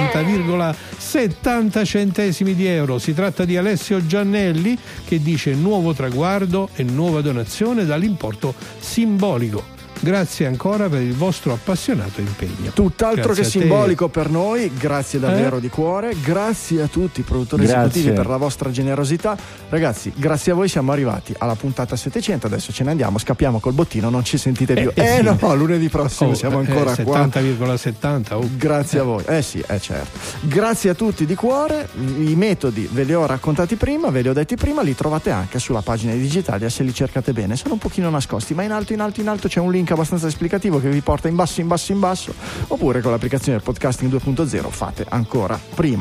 70,70 centesimi di euro. Si tratta di Alessio Giannelli che dice nuovo traguardo e nuova donazione dall'importo simbolico. Grazie ancora per il vostro appassionato impegno. Tutt'altro che simbolico per noi, grazie davvero di cuore, grazie a tutti i produttori esecutivi per la vostra generosità. Ragazzi, grazie a voi siamo arrivati alla puntata 700, adesso ce ne andiamo, scappiamo col bottino, non ci sentite più. Sì. No, lunedì prossimo siamo ancora 70,70. qua. Grazie a voi. Sì, certo. Grazie a tutti di cuore, i metodi ve li ho raccontati prima, ve li ho detti prima, li trovate anche sulla pagina di Digitalia se li cercate bene, sono un pochino nascosti, ma in alto c'è un link abbastanza esplicativo che vi porta in basso, oppure con l'applicazione del podcasting 2.0 fate ancora prima.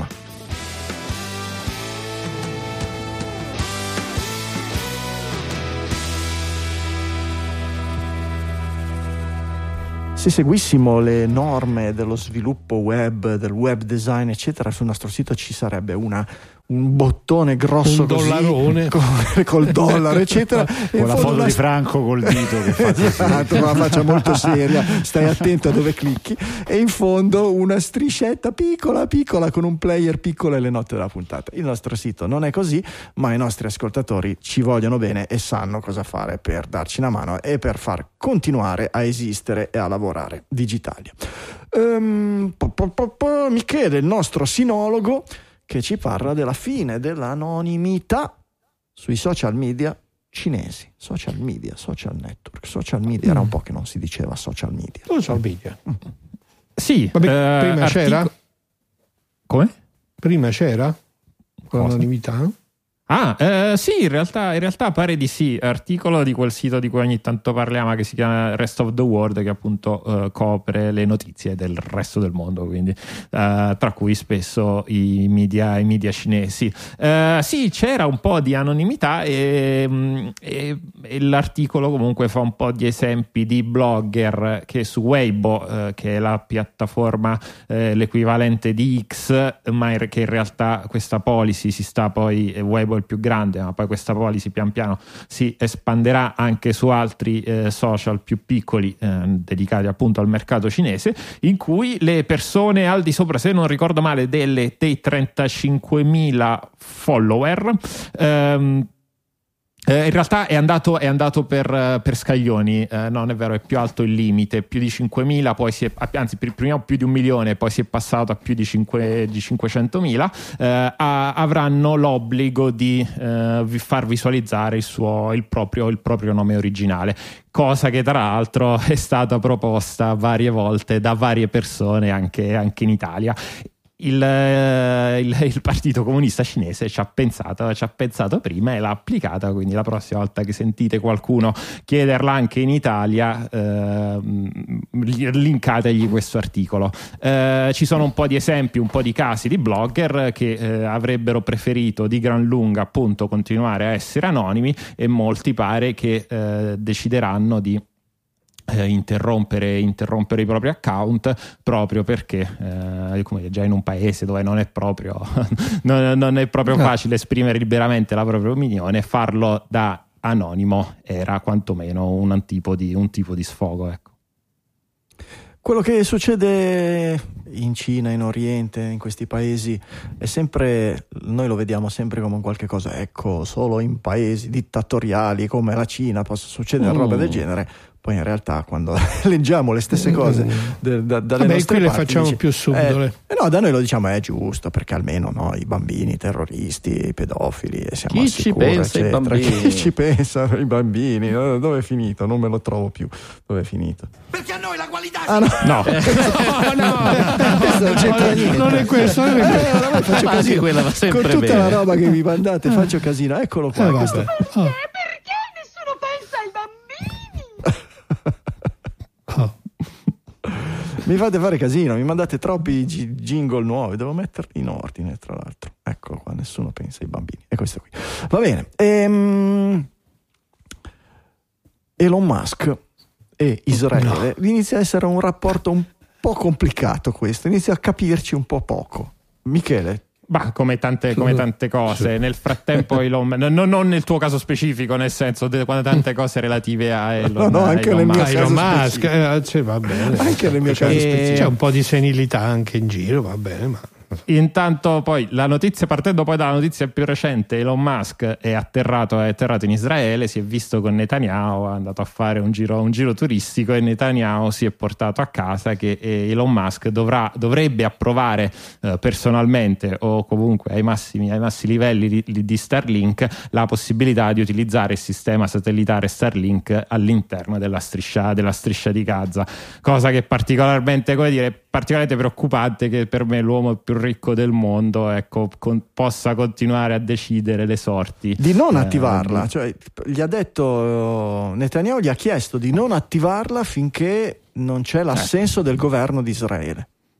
Se seguissimo le norme dello sviluppo web, del web design eccetera, sul nostro sito ci sarebbe una un bottone grosso, un dollarone col dollaro eccetera, con la foto di Franco col dito che fa esatto, con la faccia molto seria, stai attento a dove clicchi, e in fondo una striscetta piccola con un player piccolo e le note della puntata. Il nostro sito non è così, ma i nostri ascoltatori ci vogliono bene e sanno cosa fare per darci una mano e per far continuare a esistere e a lavorare Digitalia. Michele, il nostro sinologo, che ci parla della fine dell'anonimità sui social media cinesi. Social network. Social media era un po' che non si diceva social media. Social media. Sì. Vabbè, prima c'era? Come? Prima c'era? Con l'anonimità? Sì, in realtà pare di sì. Articolo di quel sito di cui ogni tanto parliamo, che si chiama Rest of the World, che appunto copre le notizie del resto del mondo, quindi tra cui spesso i media cinesi. Sì, c'era un po' di anonimità e l'articolo comunque fa un po' di esempi di blogger che su Weibo, che è la piattaforma l'equivalente di X, ma che in realtà questa policy si sta poi, Weibo il più grande, ma poi questa policy pian piano si espanderà anche su altri social più piccoli dedicati appunto al mercato cinese, in cui le persone al di sopra, se non ricordo male, dei 35.000 follower in realtà è andato per scaglioni, non è vero, è più alto il limite, più di 5.000, poi prima più di 1 milione, poi si è passato a più di 500.000, avranno l'obbligo di far visualizzare il proprio nome originale, cosa che tra l'altro è stata proposta varie volte da varie persone anche in Italia. Il Partito Comunista Cinese ci ha pensato prima e l'ha applicata, quindi la prossima volta che sentite qualcuno chiederla anche in Italia, linkategli questo articolo. Ci sono un po' di esempi, un po' di casi di blogger che avrebbero preferito di gran lunga appunto continuare a essere anonimi, e molti pare che decideranno di interrompere i propri account, proprio perché come già in un paese dove non è proprio facile esprimere liberamente la propria opinione, farlo da anonimo era quantomeno un tipo di sfogo, ecco. Quello che succede in Cina, in Oriente, in questi paesi è sempre, noi lo vediamo sempre come un qualche cosa, ecco, solo in paesi dittatoriali come la Cina possa succedere roba del genere. Poi in realtà quando leggiamo le stesse cose dalle nostre qui le parti, facciamo più subdole. No, da noi lo diciamo è giusto, perché almeno no, i bambini terroristi, i pedofili, siamo chi sicuri, ci pensa eccetera. ai bambini? Chi ci pensa ai bambini? Dove è finito? Non me lo trovo più. Dove è finito? Perché a noi la qualità No. Questo non c'entra niente. Non è questo, Oramai faccio casino. Quella va sempre con tutta bene. la roba che mi mandate faccio casino. Eccolo qua. Questo... Perché nessuno pensa ai bambini? Mi fate fare casino, mi mandate troppi jingle nuovi, devo metterli in ordine, tra l'altro. Eccolo qua, nessuno pensa ai bambini. E questo qui. Va bene. Elon Musk e Israele inizia a essere un rapporto un po' complicato, questo, inizia a capirci un po' poco. Michele? Bah, come tante cose. Sì. Nel frattempo non nel tuo caso specifico, nel senso quando tante cose relative a Elon, anche nel mio caso Musk, va bene. Anche nel mio caso specifico. C'è un po' di senilità anche in giro, va bene, ma intanto poi la notizia, partendo poi dalla notizia più recente, Elon Musk è atterrato in Israele, si è visto con Netanyahu, è andato a fare un giro turistico, e Netanyahu si è portato a casa che Elon Musk dovrebbe approvare personalmente, o comunque ai massi livelli di Starlink, la possibilità di utilizzare il sistema satellitare Starlink all'interno della striscia di Gaza, cosa che è particolarmente preoccupante, che per me l'uomo più ricco del mondo, ecco, possa continuare a decidere le sorti di non attivarla. Cioè, gli ha detto Netanyahu, gli ha chiesto di non attivarla finché non c'è l'assenso del governo di Israele.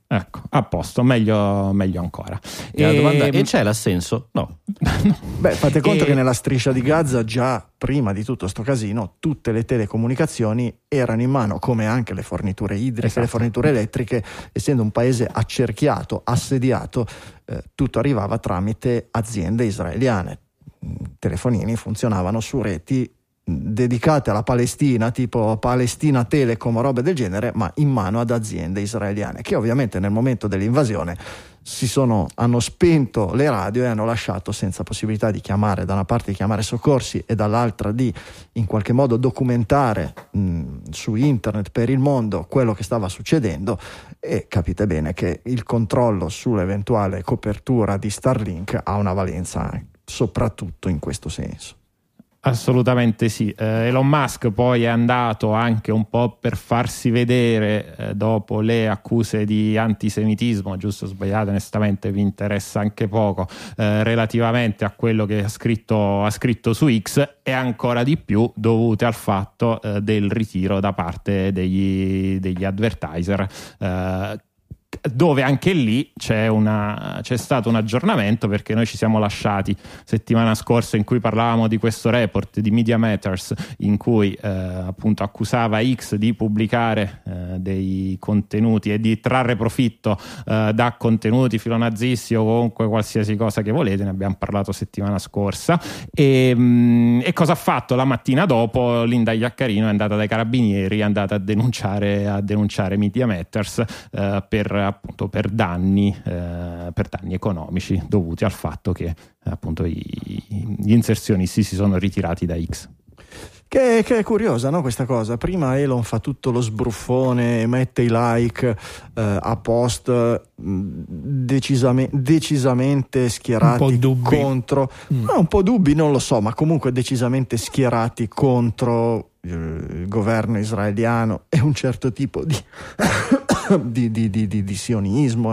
Ecco, a posto, meglio ancora. E la domanda, e c'è l'assenso? No. Beh, fate conto che nella striscia di Gaza, già prima di tutto sto casino, tutte le telecomunicazioni erano in mano, come anche le forniture idriche, esatto, le forniture elettriche. Essendo un paese accerchiato, assediato, tutto arrivava tramite aziende israeliane. Telefonini funzionavano su reti dedicate alla Palestina, tipo Palestina Telecom o robe del genere, ma in mano ad aziende israeliane, che ovviamente nel momento dell'invasione hanno spento le radio e hanno lasciato senza possibilità di chiamare, da una parte di chiamare soccorsi e dall'altra di in qualche modo documentare su internet per il mondo quello che stava succedendo. E capite bene che il controllo sull'eventuale copertura di Starlink ha una valenza soprattutto in questo senso. Assolutamente sì. Elon Musk poi è andato anche un po' per farsi vedere dopo le accuse di antisemitismo, giusto o sbagliato, onestamente vi interessa anche poco, relativamente a quello che ha scritto su X, e ancora di più dovute al fatto del ritiro da parte degli advertiser, dove anche lì c'è stato un aggiornamento, perché noi ci siamo lasciati settimana scorsa in cui parlavamo di questo report di Media Matters in cui appunto accusava X di pubblicare dei contenuti e di trarre profitto da contenuti filonazisti o comunque qualsiasi cosa che volete. Ne abbiamo parlato settimana scorsa. E cosa ha fatto? La mattina dopo Linda Iaccarino è andata dai carabinieri, è andata a denunciare Media Matters per danni economici dovuti al fatto che appunto gli inserzionisti si sono ritirati da X. Che è curiosa, no, questa cosa. Prima Elon fa tutto lo sbruffone, mette i like a post decisamente schierati contro, un po' dubbi, non lo so, ma comunque decisamente schierati contro il governo israeliano e un certo tipo di sionismo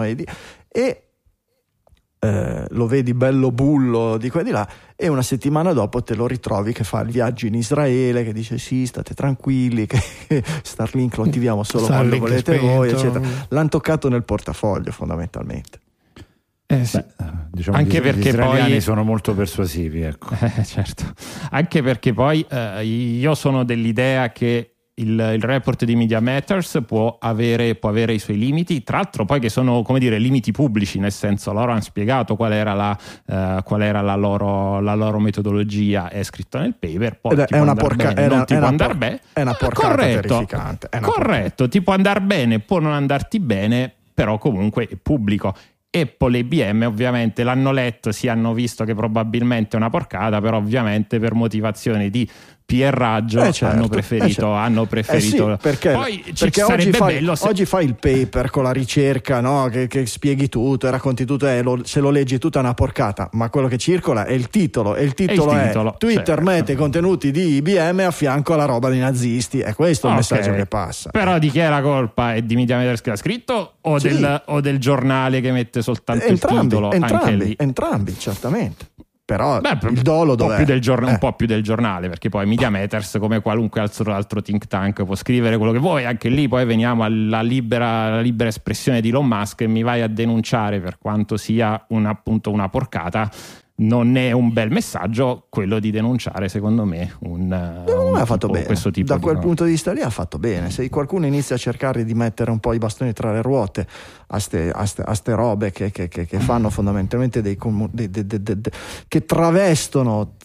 lo vedi bello bullo di qua e di là, e una settimana dopo te lo ritrovi che fa il viaggio in Israele, che dice sì, state tranquilli che Starlink lo attiviamo solo quando volete voi, eccetera. L'hanno toccato nel portafoglio fondamentalmente. Sì. Diciamo anche perché gli israeliani poi sono molto persuasivi, ecco. Certo, anche perché poi io sono dell'idea che il report di Media Matters può avere i suoi limiti, tra l'altro poi che sono, come dire, limiti pubblici, nel senso loro hanno spiegato qual era la loro metodologia, è scritto nel paper, poi è una porcata terrificante. Corretto, ti può andare bene, può non andarti bene, però comunque è pubblico. Apple e IBM ovviamente l'hanno letto, hanno visto che probabilmente è una porcata, però ovviamente per motivazioni di PR-raggio hanno preferito sì, perché oggi fai il paper con la ricerca, no? che spieghi tutto e racconti tutto, se lo leggi tutto è una porcata, ma quello che circola è il titolo, e il titolo è Twitter mette i contenuti di IBM a fianco alla roba dei nazisti, è questo il messaggio che passa. Però di chi è la colpa? È di Media Matters che l'ha scritto o del giornale che mette soltanto il titolo? Entrambi, certamente. Però il dolo dov'è? Un po' più del giornale, perché poi Media Matters, come qualunque altro think tank, può scrivere quello che vuoi. Anche lì poi veniamo alla libera espressione di Elon Musk, e mi vai a denunciare, per quanto sia una porcata. Non è un bel messaggio quello di denunciare, secondo me, ha fatto bene. Questo tipo da quel punto di vista lì ha fatto bene. Se qualcuno inizia a cercare di mettere un po' i bastoni tra le ruote a ste robe che fanno fondamentalmente che travestono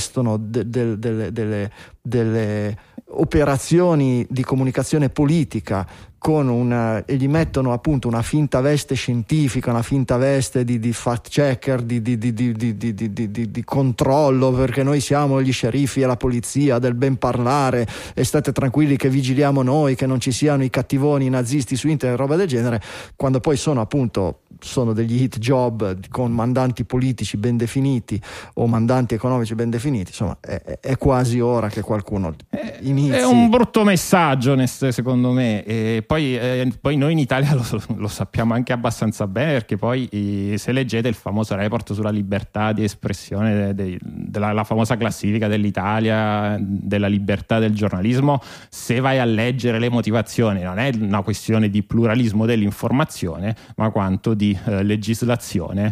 delle operazioni di comunicazione politica e gli mettono appunto una finta veste scientifica, una finta veste di fact checker, di controllo, perché noi siamo gli sceriffi e la polizia del ben parlare e state tranquilli che vigiliamo noi, che non ci siano i cattivoni, i nazisti su internet, roba del genere, quando poi sono appunto sono degli hit job con mandanti politici ben definiti o mandanti economici ben definiti, insomma è quasi ora che qualcuno inizi. È un brutto messaggio secondo me, e poi noi in Italia lo sappiamo anche abbastanza bene, perché poi se leggete il famoso report sulla libertà di espressione della famosa classifica dell'Italia della libertà del giornalismo, se vai a leggere le motivazioni non è una questione di pluralismo dell'informazione, ma quanto di legislazione,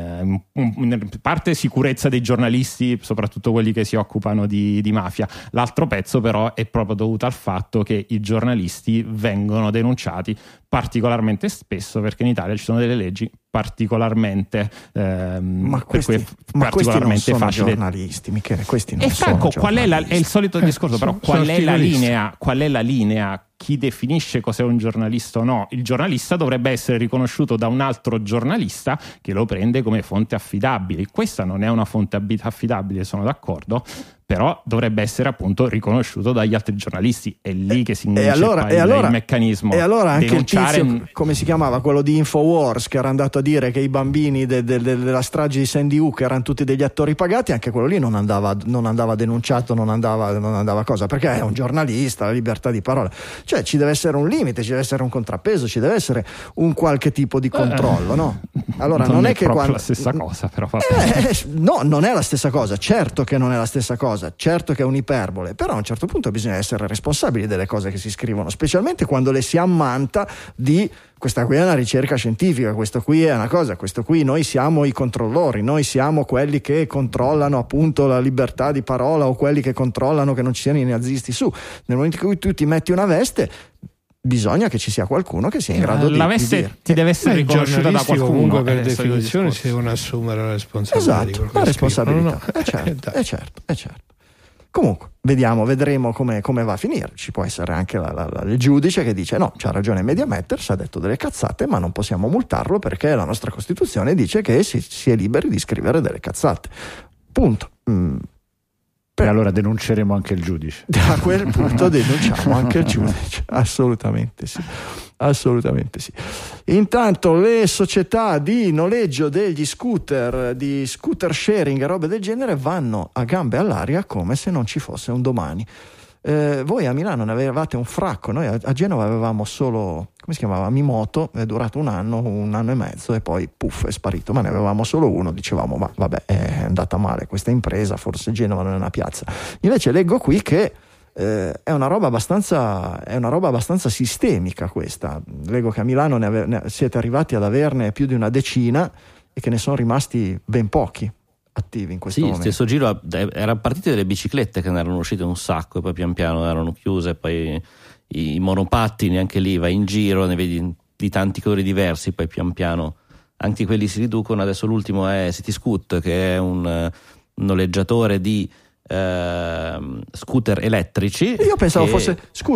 in parte sicurezza dei giornalisti, soprattutto quelli che si occupano di mafia. L'altro pezzo però è proprio dovuto al fatto che i giornalisti vengono denunciati particolarmente spesso, perché in Italia ci sono delle leggi particolarmente ma questi non sono facili. Giornalisti, Michele, questi non sono Franco, giornalisti. è il solito discorso, però qual è la linea? Chi definisce cos'è un giornalista o no? Il giornalista dovrebbe essere riconosciuto da un altro giornalista che lo prende come fonte affidabile. Questa non è una fonte affidabile, sono d'accordo, però dovrebbe essere appunto riconosciuto dagli altri giornalisti. È lì che si inicia il meccanismo. E allora anche il tizio, come si chiamava, quello di Infowars, che era andato a dire che i bambini della strage di Sandy Hook erano tutti degli attori pagati, anche quello lì non andava denunciato, non andava cosa, perché è un giornalista, la libertà di parola. Cioè ci deve essere un limite, ci deve essere un contrappeso, ci deve essere un qualche tipo di controllo, no? Allora non è che proprio la stessa cosa, però no, non è la stessa cosa, certo che non è la stessa cosa, certo che è un'iperbole, però a un certo punto bisogna essere responsabili delle cose che si scrivono, specialmente quando le si ammanta di questa qui è una ricerca scientifica, questo qui è una cosa, questo qui noi siamo i controllori, noi siamo quelli che controllano appunto la libertà di parola, o quelli che controllano che non ci siano i nazisti su. Nel momento in cui tu ti metti una veste, bisogna che ci sia qualcuno che sia in grado la veste di dire. ti deve essere riconosciuta da qualcuno. Comunque per definizione si devono assumere la responsabilità. Esatto, la responsabilità. È certo. Comunque, vedremo come va a finire. Ci può essere anche il giudice che dice no, c'ha ragione Mediamatters, ha detto delle cazzate, ma non possiamo multarlo perché la nostra Costituzione dice che si è liberi di scrivere delle cazzate. Punto. E allora denunceremo anche il giudice. A quel punto denunciamo anche il giudice, assolutamente sì. Intanto le società di noleggio degli scooter, di scooter sharing e robe del genere vanno a gambe all'aria come se non ci fosse un domani. Voi a Milano ne avevate un fracco, noi a Genova avevamo solo, come si chiamava, Mimoto, è durato un anno e mezzo e poi puff, è sparito, ma ne avevamo solo uno, dicevamo ma vabbè, è andata male questa impresa, forse Genova non è una piazza. Invece leggo qui che è una roba abbastanza sistemica questa. Leggo che a Milano siete arrivati ad averne più di una decina e che ne sono rimasti ben pochi attivi in questo momento. Sì, stesso giro erano partite delle biciclette che ne erano uscite un sacco e poi pian piano erano chiuse, poi i monopattini, anche lì vai in giro, ne vedi di tanti colori diversi, poi pian piano anche quelli si riducono. Adesso l'ultimo è CityScoot, che è un noleggiatore di scooter elettrici. Io pensavo fosse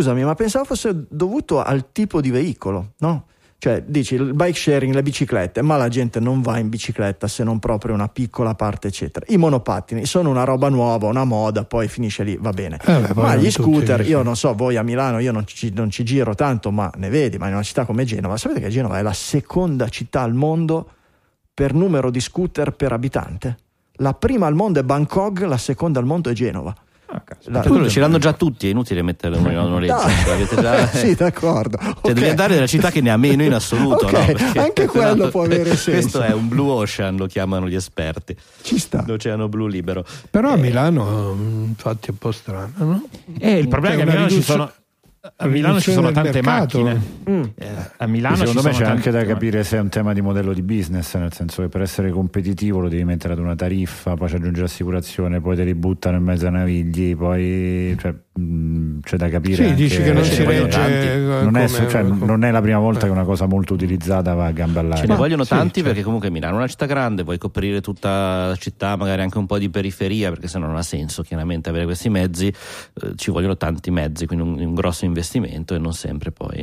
dovuto al tipo di veicolo, no? Cioè dici il bike sharing, le biciclette, ma la gente non va in bicicletta se non proprio una piccola parte eccetera. I monopattini sono una roba nuova, una moda, poi finisce lì, va bene. Ma gli scooter, io non so, voi a Milano, io non ci giro tanto, ma ne vedi, ma in una città come Genova, sapete che Genova è la seconda città al mondo per numero di scooter per abitante? La prima al mondo è Bangkok, la seconda al mondo è Genova. Ce l'hanno già tutti, è inutile mettere un noleggio. Sì, d'accordo. Cioè, devi andare nella città che ne ha meno in assoluto. Okay. No? Anche quello può avere senso. Questo è un blue ocean, lo chiamano gli esperti. Ci sta. L'oceano blu libero. Però a Milano, infatti, è un po' strano, no? Il problema è che a Milano ci sono tante macchine. A Milano secondo me c'è anche da macchine. capire se è un tema di modello di business, nel senso che per essere competitivo lo devi mettere ad una tariffa, poi ci aggiungi l'assicurazione, poi te li buttano in mezzo ai navigli, poi c'è da capire. Sì, anche, dici che non si regge. Non è la prima volta che una cosa molto utilizzata va a gambe all'aria. Ce ne vogliono tanti, perché comunque Milano è una città grande, vuoi coprire tutta la città, magari anche un po' di periferia, perché se no non ha senso chiaramente avere questi mezzi. Ci vogliono tanti mezzi, quindi un grosso investimento, e non sempre poi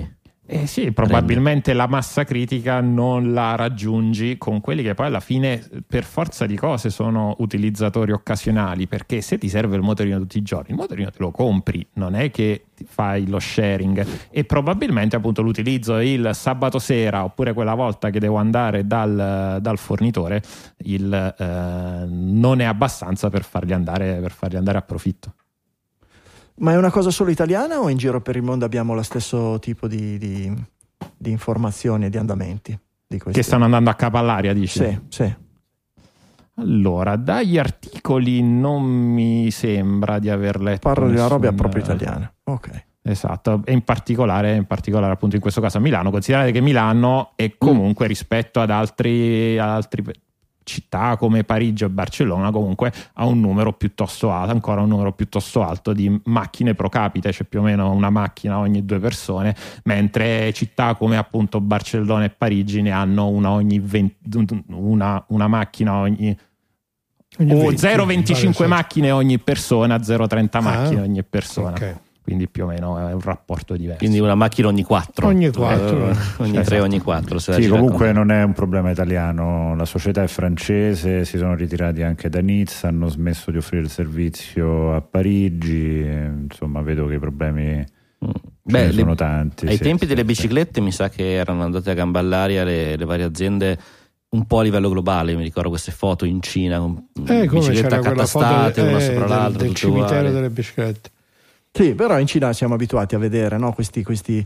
Sì, probabilmente la massa critica non la raggiungi con quelli che poi alla fine per forza di cose sono utilizzatori occasionali, perché se ti serve il motorino tutti i giorni, il motorino te lo compri, non è che fai lo sharing, e probabilmente appunto l'utilizzo il sabato sera oppure quella volta che devo andare dal fornitore non è abbastanza per farli andare a profitto. Ma è una cosa solo italiana o in giro per il mondo abbiamo lo stesso tipo di informazioni e di andamenti? Che stanno andando a capo all'aria, dici? Sì. Allora, dagli articoli non mi sembra di aver letto. Parlo di una roba proprio italiana. Ok. Esatto, e in particolare appunto in questo caso a Milano. Considerate che Milano è comunque rispetto ad altri città come Parigi e Barcellona comunque ha un numero piuttosto alto, ancora un numero piuttosto alto di macchine pro capite, c'è più o meno una macchina ogni 2 persone, mentre città come appunto Barcellona e Parigi ne hanno una ogni una macchina ogni 0,25 macchine ogni persona, 0,30 macchine ogni persona. Okay. Quindi più o meno è un rapporto diverso. Quindi una macchina ogni 4. Ogni 4. Ogni 3, ogni 4. Sì, comunque non è un problema italiano. La società è francese, si sono ritirati anche da Nizza, hanno smesso di offrire il servizio a Parigi. Insomma, vedo che i problemi sono tanti. Ai tempi delle biciclette mi sa che erano andate a gamba all'aria le varie aziende un po' a livello globale. Mi ricordo queste foto in Cina con biciclette accatastate una sopra l'altra. Del cimitero delle biciclette. Sì, però in Cina siamo abituati a vedere, no? questi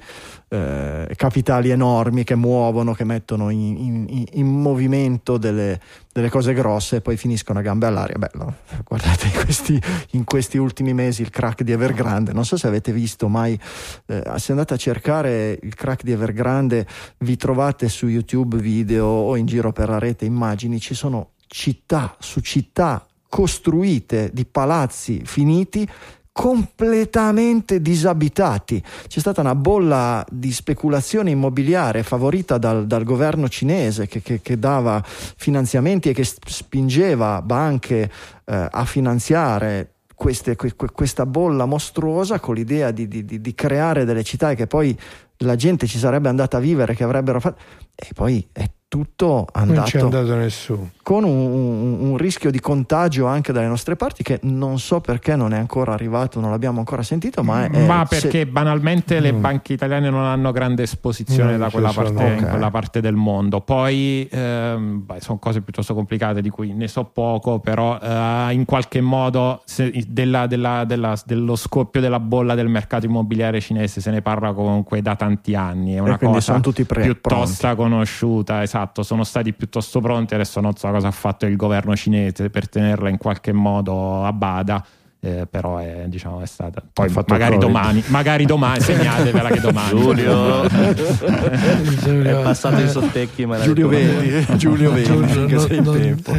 capitali enormi che muovono, che mettono in movimento delle cose grosse e poi finiscono a gambe all'aria. Guardate in questi ultimi mesi il crack di Evergrande, non so se avete visto mai, se andate a cercare il crack di Evergrande vi trovate su YouTube video o in giro per la rete immagini, ci sono città su città costruite di palazzi finiti completamente disabitati. C'è stata una bolla di speculazione immobiliare favorita dal governo cinese che dava finanziamenti e che spingeva banche a finanziare questa bolla mostruosa con l'idea di creare delle città che poi la gente ci sarebbe andata a vivere, che avrebbero fatto, e poi è tutto andato, non c'è andato nessuno, con un rischio di contagio anche dalle nostre parti che non so perché non è ancora arrivato, non l'abbiamo ancora sentito, ma perché banalmente le banche italiane non hanno grande esposizione da quella parte, in quella parte del mondo. Poi sono cose piuttosto complicate di cui ne so poco, però in qualche modo dello scoppio della bolla del mercato immobiliare cinese se ne parla comunque da tanti anni, è una cosa piuttosto conosciuta. Esatto, sono stati piuttosto pronti, adesso non so cosa ha fatto il governo cinese per tenerla in qualche modo a bada, però è stata poi magari domani segnatevela che domani Giulio è passato in sottecchi, ma Giulio vedi che sei in tempo.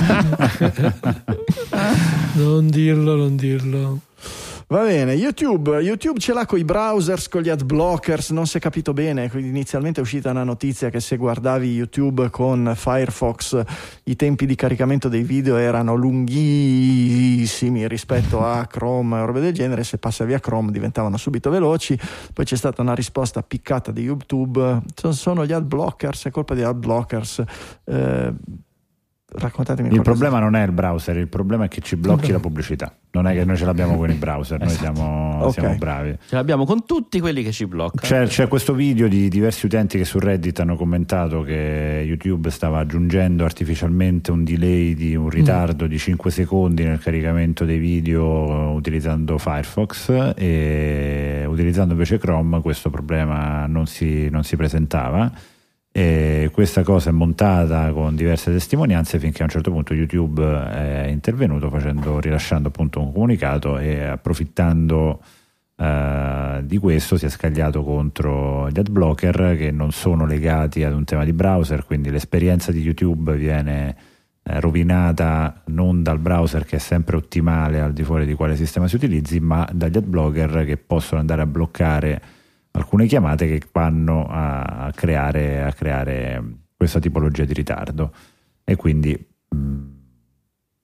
Non dirlo. Va bene, YouTube ce l'ha con i browsers, con gli ad blockers, non si è capito bene. Inizialmente è uscita una notizia che se guardavi YouTube con Firefox i tempi di caricamento dei video erano lunghissimi rispetto a Chrome e robe del genere, se passavi a Chrome diventavano subito veloci. Poi c'è stata una risposta piccata di YouTube, sono gli ad blockers, è colpa degli ad blockers. Raccontatemi. Il problema non è il browser, il problema è che ci blocchi la pubblicità. Non è che noi ce l'abbiamo con i browser, noi siamo bravi. Ce l'abbiamo con tutti quelli che ci bloccano. C'è questo video di diversi utenti che su Reddit hanno commentato che YouTube stava aggiungendo artificialmente un delay di un ritardo di 5 secondi nel caricamento dei video utilizzando Firefox, e utilizzando invece Chrome questo problema non si presentava. E questa cosa è montata con diverse testimonianze finché a un certo punto YouTube è intervenuto rilasciando appunto un comunicato, e approfittando di questo si è scagliato contro gli ad blocker che non sono legati ad un tema di browser, quindi l'esperienza di YouTube viene rovinata non dal browser, che è sempre ottimale al di fuori di quale sistema si utilizzi, ma dagli ad blocker che possono andare a bloccare alcune chiamate che vanno a creare questa tipologia di ritardo. E quindi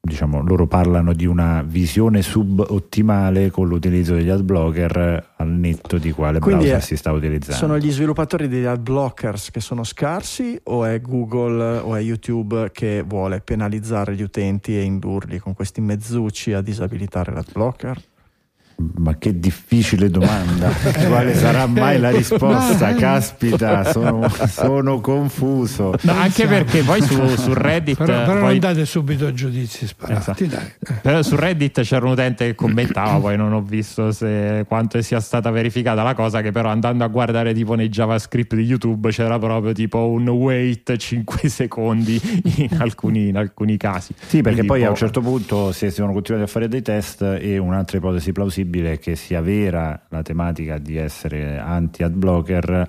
diciamo, loro parlano di una visione subottimale con l'utilizzo degli ad blocker al netto di quale browser si sta utilizzando. Sono gli sviluppatori degli ad blockers che sono scarsi, o è Google o è YouTube che vuole penalizzare gli utenti e indurli con questi mezzucci a disabilitare l'ad blocker? Ma che difficile domanda. Quale sarà mai la risposta? Caspita, sono confuso. No, anche perché poi su Reddit però poi... non andate subito a giudizi sparati, esatto. Dai. Però su Reddit c'era un utente che commentava, poi non ho visto quanto sia stata verificata la cosa, che però andando a guardare tipo nei JavaScript di YouTube c'era proprio tipo un wait 5 secondi in alcuni casi. Sì, perché poi a un certo punto si sono continuati a fare dei test, e un'altra ipotesi plausibile è che sia vera la tematica di essere anti-ad blocker,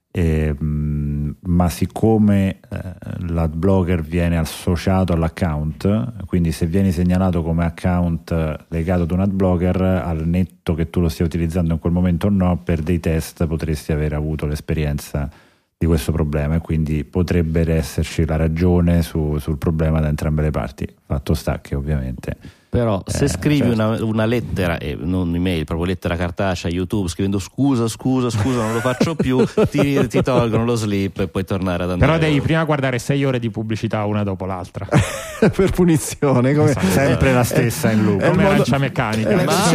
ma siccome l'ad blocker viene associato all'account, quindi se vieni segnalato come account legato ad un ad blocker, al netto che tu lo stia utilizzando in quel momento o no, per dei test potresti aver avuto l'esperienza di questo problema, e quindi potrebbe esserci la ragione sul problema da entrambe le parti. Fatto sta che ovviamente però se scrivi certo. una lettera, non un'email, proprio lettera cartacea a YouTube scrivendo scusa non lo faccio più, ti tolgono lo slip e puoi tornare ad andare. Però devi prima guardare 6 ore di pubblicità una dopo l'altra per punizione, come sempre la stessa in loop, come arancia meccanica.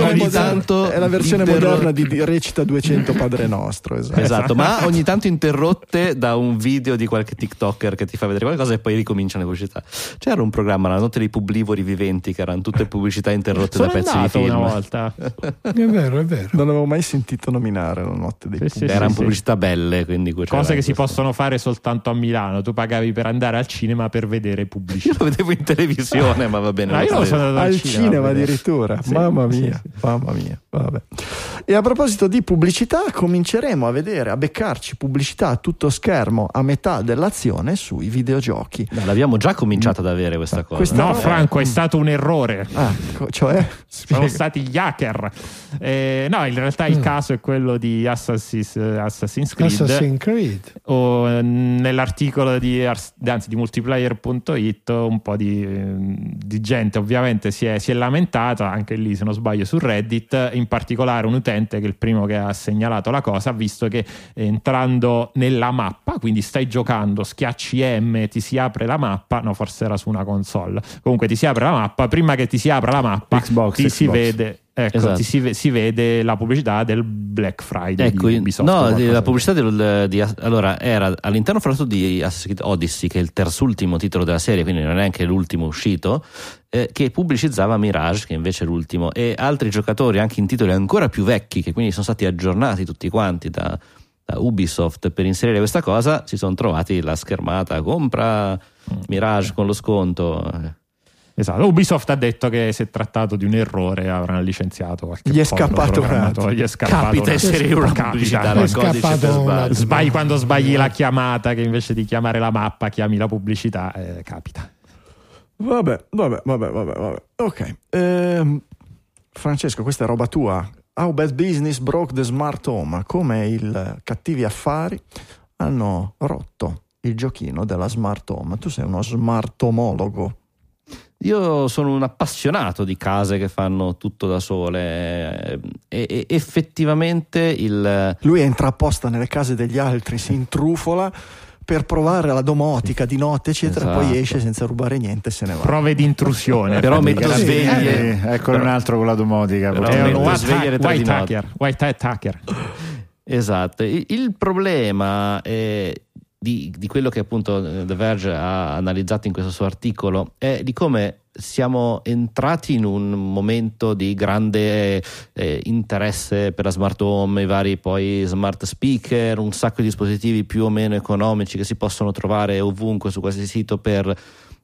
È la versione moderna di recita 200 Padre Nostro, esatto, ma ogni tanto interrotte da un video di qualche TikToker che ti fa vedere qualcosa e poi ricominciano le pubblicità. C'era un programma, la notte dei publivori viventi, che erano tutte pubblicità interrotte da pezzi di film. Una volta. È vero. Non avevo mai sentito nominare la notte dei publicità. Erano pubblicità belle, quindi cose che si possono fare soltanto a Milano. Tu pagavi per andare al cinema per vedere pubblicità. Io lo vedevo in televisione, ma va bene. Io lo sono andato al cinema addirittura. Sì, mamma mia. Vabbè. E a proposito di pubblicità, cominceremo a beccarci pubblicità a tutto schermo a metà dell'azione sui videogiochi. No, l'abbiamo già cominciato ad avere questa cosa. No, Franco, è stato un errore. Cioè? Sono stati gli hacker. No, in realtà il caso è quello di Assassin's Creed. O nell'articolo di multiplayer.it un po' di gente ovviamente si è lamentata, anche lì se non sbaglio su Reddit, in particolare un utente che è il primo che ha segnalato la cosa, visto che entrando nella mappa, quindi stai giocando, schiacci M, ti si apre la mappa, no forse era su una console, comunque ti si apre la mappa, prima che ti si apra la mappa Xbox. Si vede, ecco, esatto. si vede la pubblicità del Black Friday, ecco, di Ubisoft. No, la pubblicità allora era all'interno fra l'altro di Assassin's Creed Odyssey, che è il terzultimo titolo della serie, quindi non è neanche l'ultimo uscito, che pubblicizzava Mirage, che invece è l'ultimo, e altri giocatori anche in titoli ancora più vecchi, che quindi sono stati aggiornati tutti quanti da Ubisoft per inserire questa cosa, si sono trovati la schermata compra Mirage con lo sconto. Esatto, Ubisoft ha detto che si è trattato di un errore, avranno licenziato qualche gli è scappato capita essere una pubblicità dal codice per sbagli quando sbagli la chiamata, che invece di chiamare la mappa chiami la pubblicità, capita. Vabbè. Ok, Francesco, questa è roba tua. How Bad Business Broke the Smart Home, come i cattivi affari hanno rotto il giochino della smart home. Tu sei uno smartomologo. Io sono un appassionato di case che fanno tutto da sole, e effettivamente lui entra apposta nelle case degli altri, si intrufola per provare la domotica di notte eccetera, esatto. Poi esce senza rubare niente e se ne va. Prove di intrusione. Però metto sveglie, eccolo un altro con la domotica, è un white hacker. Esatto. Il problema è di quello che appunto The Verge ha analizzato in questo suo articolo è di come siamo entrati in un momento di grande interesse per la smart home, i vari poi smart speaker, un sacco di dispositivi più o meno economici che si possono trovare ovunque su qualsiasi sito per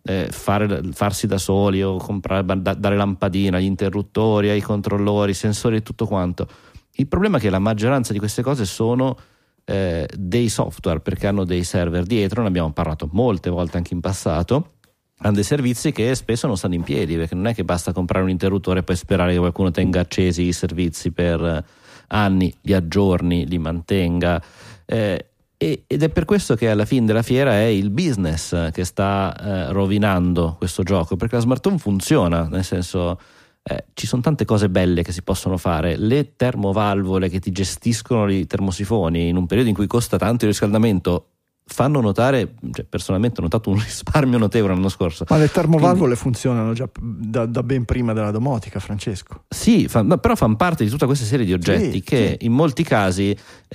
farsi da soli o comprare, dare lampadina, gli interruttori, ai controllori, i sensori e tutto quanto. Il problema è che la maggioranza di queste cose sono dei software, perché hanno dei server dietro, ne abbiamo parlato molte volte anche in passato, hanno dei servizi che spesso non stanno in piedi, perché non è che basta comprare un interruttore e poi sperare che qualcuno tenga accesi i servizi per anni, li aggiorni, li mantenga. Ed è per questo che alla fine della fiera è il business che sta rovinando questo gioco, perché la smart home funziona, nel senso ci sono tante cose belle che si possono fare. Le termovalvole che ti gestiscono i termosifoni in un periodo in cui costa tanto il riscaldamento fanno notare, cioè, personalmente ho notato un risparmio notevole l'anno scorso. Ma le termovalvole funzionano già da ben prima della domotica, Francesco. Sì, però fanno parte di tutta questa serie di oggetti che in molti casi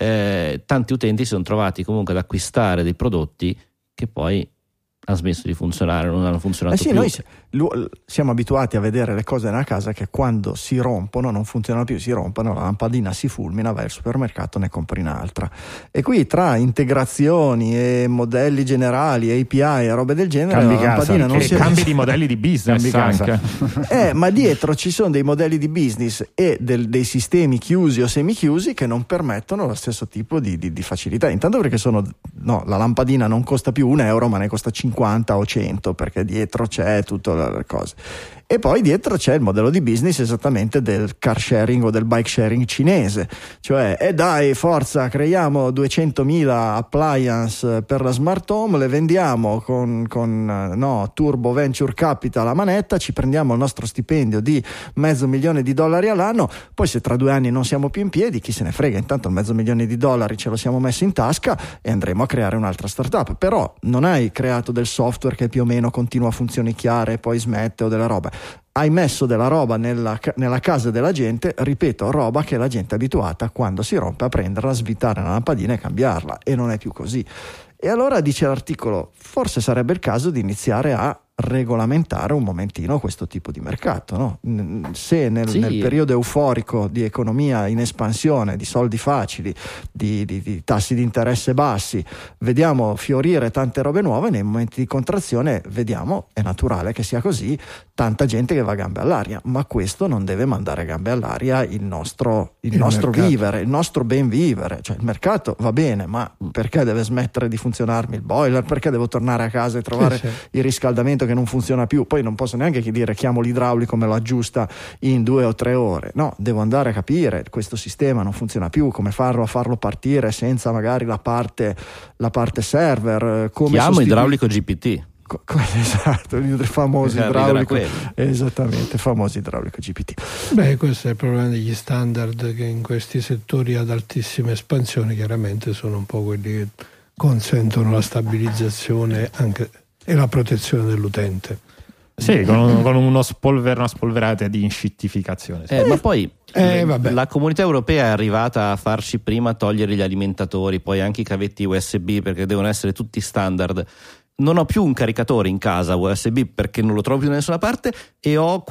tanti utenti si sono trovati comunque ad acquistare dei prodotti che poi hanno smesso di funzionare, non hanno funzionato più. Noi siamo abituati a vedere le cose nella casa che quando si rompono, non funzionano più, si rompono, la lampadina si fulmina, vai al supermercato, ne compri un'altra. E qui tra integrazioni e modelli generali, API e robe del genere, cambi la lampadina non si cambi di modelli di business anche. Ma dietro ci sono dei modelli di business e dei sistemi chiusi o semichiusi che non permettono lo stesso tipo di facilità. Intanto perché la lampadina non costa più €1, ma ne costa 50 o 100, perché dietro c'è tutto le cose. E poi dietro c'è il modello di business esattamente del car sharing o del bike sharing cinese, cioè dai, forza, creiamo 200.000 appliance per la smart home, le vendiamo con Turbo Venture Capital a manetta, ci prendiamo il nostro stipendio di $500,000 all'anno, poi se tra 2 anni non siamo più in piedi, chi se ne frega, intanto il $500,000 ce lo siamo messi in tasca e andremo a creare un'altra startup. Però non hai creato del software che più o meno continua a funzionare e poi smette, o della roba. Hai messo della roba nella casa della gente, ripeto, roba che la gente è abituata quando si rompe a prenderla, svitare la lampadina e cambiarla, e non è più così. E allora dice l'articolo, forse sarebbe il caso di iniziare a regolamentare un momentino questo tipo di mercato, no? Se nel periodo euforico di economia in espansione, di soldi facili, di tassi di interesse bassi, vediamo fiorire tante robe nuove, nei momenti di contrazione vediamo, è naturale che sia così, tanta gente che va a gambe all'aria, ma questo non deve mandare a gambe all'aria il nostro vivere, il nostro ben vivere. Cioè il mercato va bene, ma perché deve smettere di funzionarmi il boiler? Perché devo tornare a casa e trovare il riscaldamento che non funziona più? Poi non posso neanche dire chiamo l'idraulico, me lo aggiusta in 2 o 3 ore. No, devo andare a capire, questo sistema non funziona più, come farlo partire senza magari la parte server, come chiamo idraulico GPT. Esatto, il famoso idraulico, esattamente, famoso idraulico GPT. Questo è il problema degli standard, che in questi settori ad altissima espansione chiaramente sono un po' quelli che consentono la stabilizzazione anche e la protezione dell'utente. Sì, con una spolverata di inscittificazione. Ma poi la comunità europea è arrivata a farci prima togliere gli alimentatori, poi anche i cavetti USB, perché devono essere tutti standard. Non ho più un caricatore in casa USB perché non lo trovo più da nessuna parte, e ho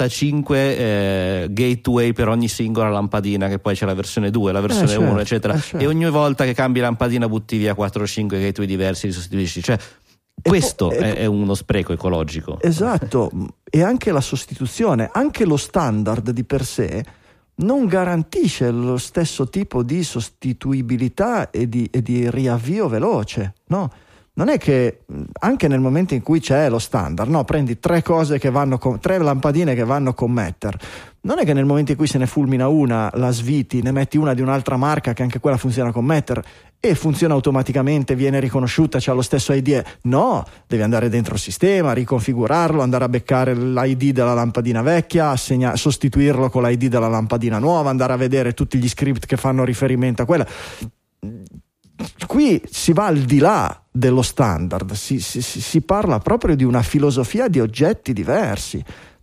45 gateway per ogni singola lampadina, che poi c'è la versione 2, la versione 1, eccetera. E ogni volta che cambi lampadina butti via 4 o 5 gateway diversi, li sostituisci. Cioè questo è uno spreco ecologico. Esatto, e anche la sostituzione, anche lo standard di per sé non garantisce lo stesso tipo di sostituibilità e di riavvio veloce, no? Non è che anche nel momento in cui c'è lo standard, no, prendi 3 cose che vanno con 3 lampadine che vanno con Metter, non è che nel momento in cui se ne fulmina una, la sviti, ne metti una di un'altra marca che anche quella funziona con Metter e funziona automaticamente, viene riconosciuta, c'ha lo stesso ID. No, devi andare dentro il sistema, riconfigurarlo, andare a beccare l'ID della lampadina vecchia, sostituirlo con l'ID della lampadina nuova, andare a vedere tutti gli script che fanno riferimento a quella. Qui si va al di là dello standard, si parla proprio di una filosofia di oggetti diversi,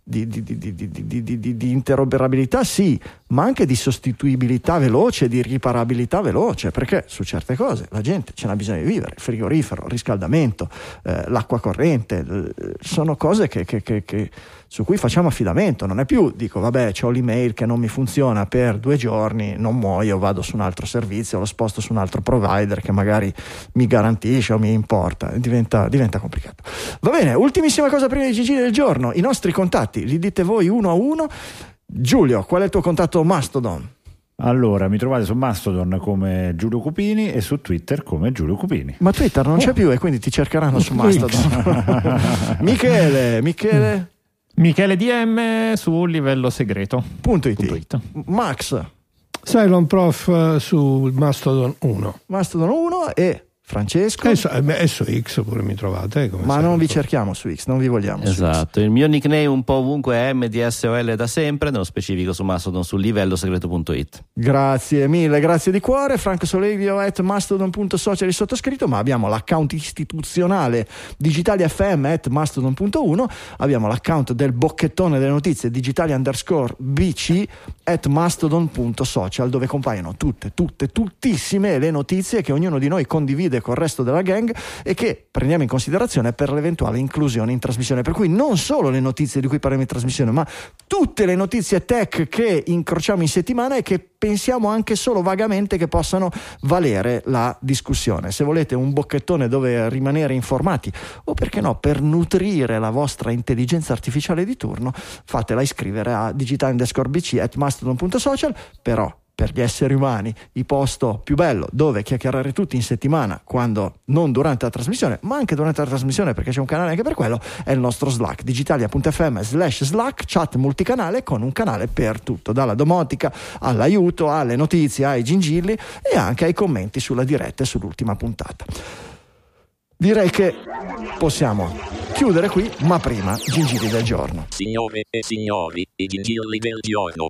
di interoperabilità, sì, ma anche di sostituibilità veloce, di riparabilità veloce, perché su certe cose la gente ce n'ha bisogno di vivere, il frigorifero, il riscaldamento, l'acqua corrente, sono cose che su cui facciamo affidamento. Non è più, dico vabbè, c'ho l'email che non mi funziona per 2 giorni, non muoio, vado su un altro servizio, lo sposto su un altro provider che magari mi garantisce o mi importa, diventa complicato. Va bene, ultimissima cosa prima di GG del giorno, i nostri contatti li dite voi uno a uno. Giulio, qual è il tuo contatto Mastodon? Allora, mi trovate su Mastodon come Giulio Cupini e su Twitter come Giulio Cupini. Ma Twitter non c'è più e quindi ti cercheranno su Mastodon. Michele DM su livello segreto.it. Max. Cylon Prof su Mastodon 1. Mastodon 1 e Francesco. E su X pure mi trovate. Ma non vi cerchiamo su X, non vi vogliamo. Esatto, il mio nickname un po' ovunque è MDSOL da sempre, nello specifico su Mastodon su livellosegreto.it. Grazie mille, grazie di cuore. Franco Solerio @mastodon.social il sottoscritto, ma abbiamo l'account istituzionale Digitalia FM @mastodon.1, abbiamo l'account del bocchettone delle notizie Digitalia_BC @mastodon.social, dove compaiono tuttissime le notizie che ognuno di noi condivide col resto della gang e che prendiamo in considerazione per l'eventuale inclusione in trasmissione. Per cui non solo le notizie di cui parliamo in trasmissione, ma tutte le notizie tech che incrociamo in settimana e che pensiamo anche solo vagamente che possano valere la discussione. Se volete un bocchettone dove rimanere informati, o perché no per nutrire la vostra intelligenza artificiale di turno, fatela iscrivere a digital_bc @mastodon.social. Però per gli esseri umani il posto più bello dove chiacchierare tutti in settimana, quando non durante la trasmissione, ma anche durante la trasmissione, perché c'è un canale anche per quello, è il nostro Slack, digitalia.fm/Slack, chat multicanale con un canale per tutto, dalla domotica all'aiuto, alle notizie, ai gingilli e anche ai commenti sulla diretta e sull'ultima puntata. Direi che possiamo chiudere qui, ma prima gingilli del giorno. Signore e signori, i gingilli del giorno.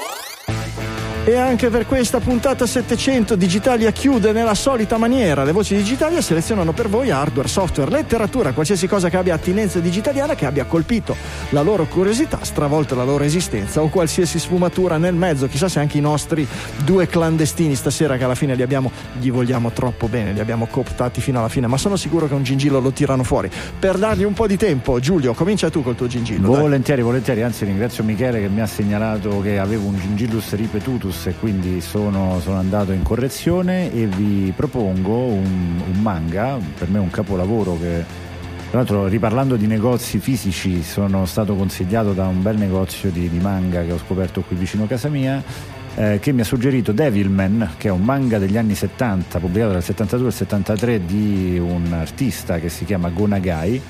E anche per questa puntata 700 Digitalia chiude nella solita maniera. Le voci di Digitalia selezionano per voi hardware, software, letteratura, qualsiasi cosa che abbia attinenza digitaliana, che abbia colpito la loro curiosità, stravolto la loro esistenza o qualsiasi sfumatura nel mezzo. Chissà se anche i nostri due clandestini stasera, che alla fine gli vogliamo troppo bene, li abbiamo cooptati fino alla fine, ma sono sicuro che un gingillo lo tirano fuori. Per dargli un po' di tempo, Giulio, comincia tu col tuo gingillo. Volentieri, anzi ringrazio Michele che mi ha segnalato che avevo un gingillus ripetutus e quindi sono andato in correzione e vi propongo un manga, per me un capolavoro, che tra l'altro, riparlando di negozi fisici, sono stato consigliato da un bel negozio di manga che ho scoperto qui vicino a casa mia, che mi ha suggerito Devilman, che è un manga degli anni 70 pubblicato dal 72 al 73 di un artista che si chiama Go Nagai,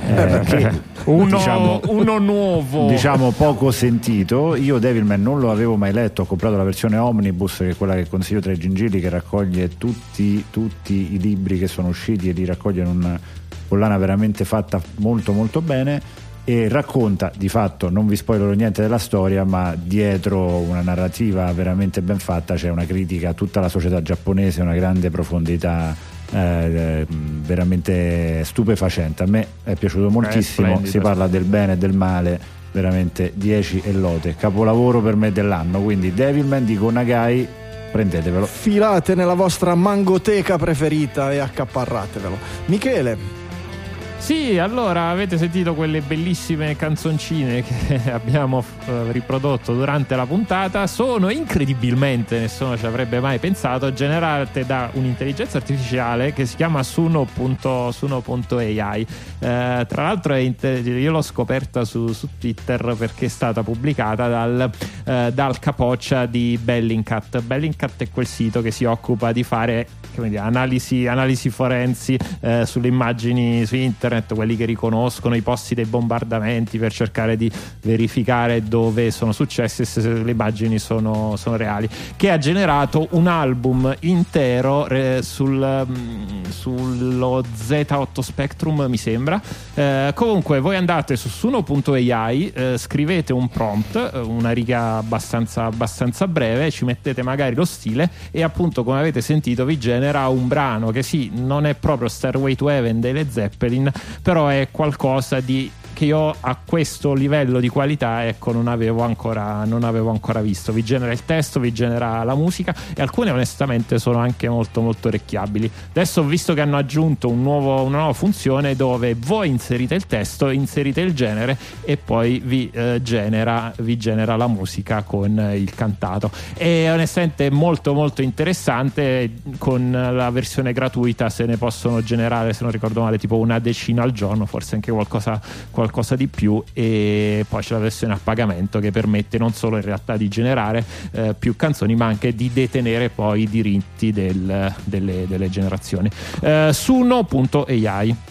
uno nuovo, diciamo poco sentito. Io Devilman non lo avevo mai letto, ho comprato la versione Omnibus, che è quella che consiglio tra i gingilli, che raccoglie tutti i libri che sono usciti e li raccoglie in una collana veramente fatta molto molto bene, e racconta, di fatto non vi spoilerò niente della storia, ma dietro una narrativa veramente ben fatta c'è una critica a tutta la società giapponese, una grande profondità veramente stupefacente. A me è piaciuto moltissimo, si parla del bene e del male, veramente 10 e lode, capolavoro per me dell'anno. Quindi Devilman di Go Nagai, prendetevelo, filate nella vostra mangoteca preferita e accaparratevelo. Michele. Sì, allora avete sentito quelle bellissime canzoncine che abbiamo riprodotto durante la puntata. Sono incredibilmente, nessuno ci avrebbe mai pensato, generate da un'intelligenza artificiale che si chiama Suno.ai. Tra l'altro io l'ho scoperta su Twitter perché è stata pubblicata dal capoccia di Bellingcat. Bellingcat è quel sito che si occupa di fare analisi forensi sulle immagini su internet, quelli che riconoscono i posti dei bombardamenti per cercare di verificare dove sono successi e se le immagini sono reali, che ha generato un album intero sullo Z8 Spectrum, mi sembra. Comunque voi andate su Suno.ai, scrivete un prompt, una riga abbastanza breve, ci mettete magari lo stile e appunto, come avete sentito, vi genera un brano che sì, non è proprio Stairway to Heaven delle Zeppelin, però è qualcosa che io a questo livello di qualità, ecco, non avevo ancora visto. Vi genera il testo, vi genera la musica e alcune onestamente sono anche molto molto orecchiabili. Adesso ho visto che hanno aggiunto una nuova funzione dove voi inserite il testo, inserite il genere e poi vi genera la musica con il cantato. E onestamente è molto molto interessante. Con la versione gratuita se ne possono generare, se non ricordo male, tipo una decina al giorno, forse anche qualcosa di più, e poi c'è la versione a pagamento che permette non solo in realtà di generare più canzoni, ma anche di detenere poi i diritti delle generazioni. Suno.ai.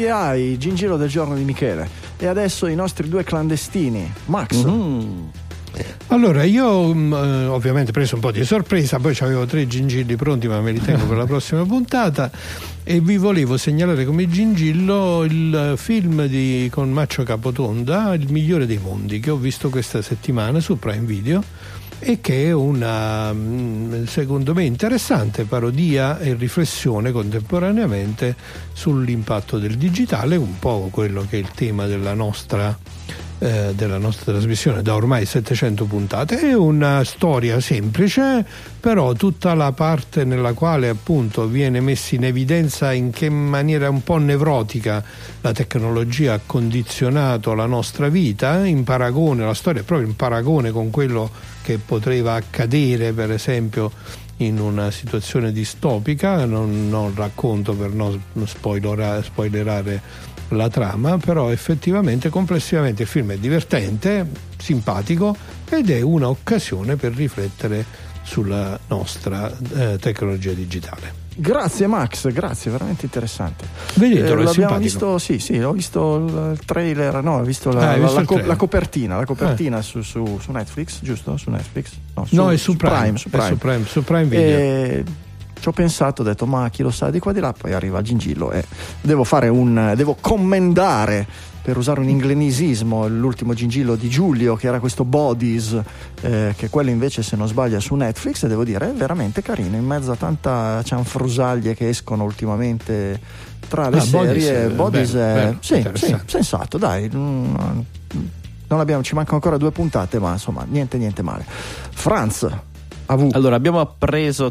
Gingillo del giorno di Michele. E adesso i nostri due clandestini. Max. Allora, io ovviamente ho preso un po' di sorpresa, poi avevo 3 gingilli pronti, ma me li tengo per la prossima puntata, e vi volevo segnalare come gingillo il film con Maccio Capotonda, Il migliore dei mondi, che ho visto questa settimana su Prime Video, e che è una, secondo me, interessante parodia e riflessione contemporaneamente sull'impatto del digitale, un po' quello che è il tema della nostra trasmissione da ormai 700 puntate. È una storia semplice, però tutta la parte nella quale appunto viene messa in evidenza in che maniera un po' nevrotica la tecnologia ha condizionato la nostra vita, in paragone, la storia è proprio in paragone con quello che poteva accadere per esempio in una situazione distopica. Non racconto per non spoilerare la trama, però effettivamente complessivamente il film è divertente, simpatico, ed è un'occasione per riflettere sulla nostra tecnologia digitale. Grazie Max, grazie, veramente interessante. Vedetelo, è l'abbiamo simpatico. visto, sì, ho visto il trailer, no, ho visto la copertina su Netflix, giusto? Su Netflix? No, è su Prime Video. Ci ho pensato, ho detto ma chi lo sa, di qua di là, poi arriva il gingillo e devo commendare, per usare un inglenisismo, l'ultimo gingillo di Giulio, che era questo Bodies, che quello invece, se non sbaglio, è su Netflix, e devo dire è veramente carino, in mezzo a tanta cianfrusaglie che escono ultimamente tra le serie. Bodies è sì, sensato, dai. Non abbiamo, ci mancano ancora 2 puntate, ma insomma niente male. Franz Allora, abbiamo appreso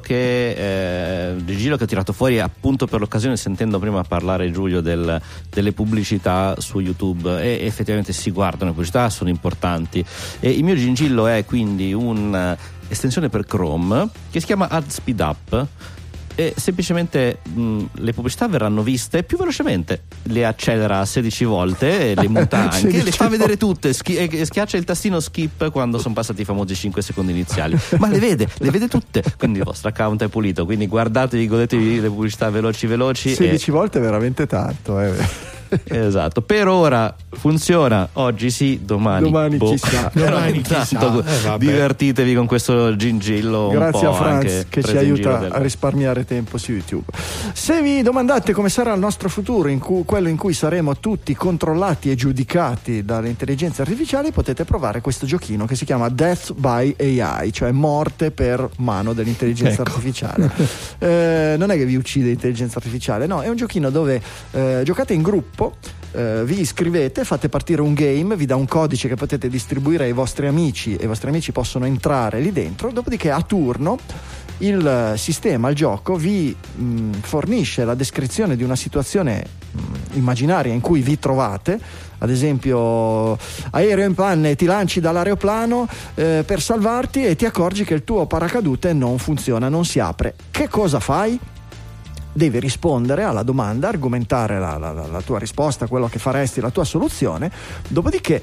che Gigilo, che ha tirato fuori appunto per l'occasione, sentendo prima parlare Giulio delle pubblicità su YouTube, e effettivamente si guardano le pubblicità, sono importanti, e il mio gingillo è quindi un'estensione per Chrome che si chiama Ad Speed Up, e semplicemente le pubblicità verranno viste più velocemente, le accelera 16 volte, le muta anche, le fa vedere tutte, schiaccia il tastino skip quando sono passati i famosi 5 secondi iniziali, ma le vede tutte, quindi il vostro account è pulito, quindi guardatevi, godetevi le pubblicità veloci 16 volte è veramente tanto, Esatto, per ora funziona, oggi sì, domani chissà. Domani intanto divertitevi con questo gingillo. Grazie un po' a Franz che ci aiuta a risparmiare tempo su YouTube. Se vi domandate come sarà il nostro futuro, quello in cui saremo tutti controllati e giudicati dalle intelligenze artificiali, potete provare questo giochino che si chiama Death by AI, cioè morte per mano dell'intelligenza artificiale. Non è che vi uccide l'intelligenza artificiale, no, è un giochino dove giocate in gruppo, vi iscrivete, fate partire un game, vi dà un codice che potete distribuire ai vostri amici, e i vostri amici possono entrare lì dentro, dopodiché a turno il sistema, il gioco vi fornisce la descrizione di una situazione immaginaria in cui vi trovate, ad esempio aereo in panne, ti lanci dall'aeroplano per salvarti e ti accorgi che il tuo paracadute non funziona, non si apre. Che cosa fai? Devi rispondere alla domanda, argomentare la tua risposta, quello che faresti, la tua soluzione, dopodiché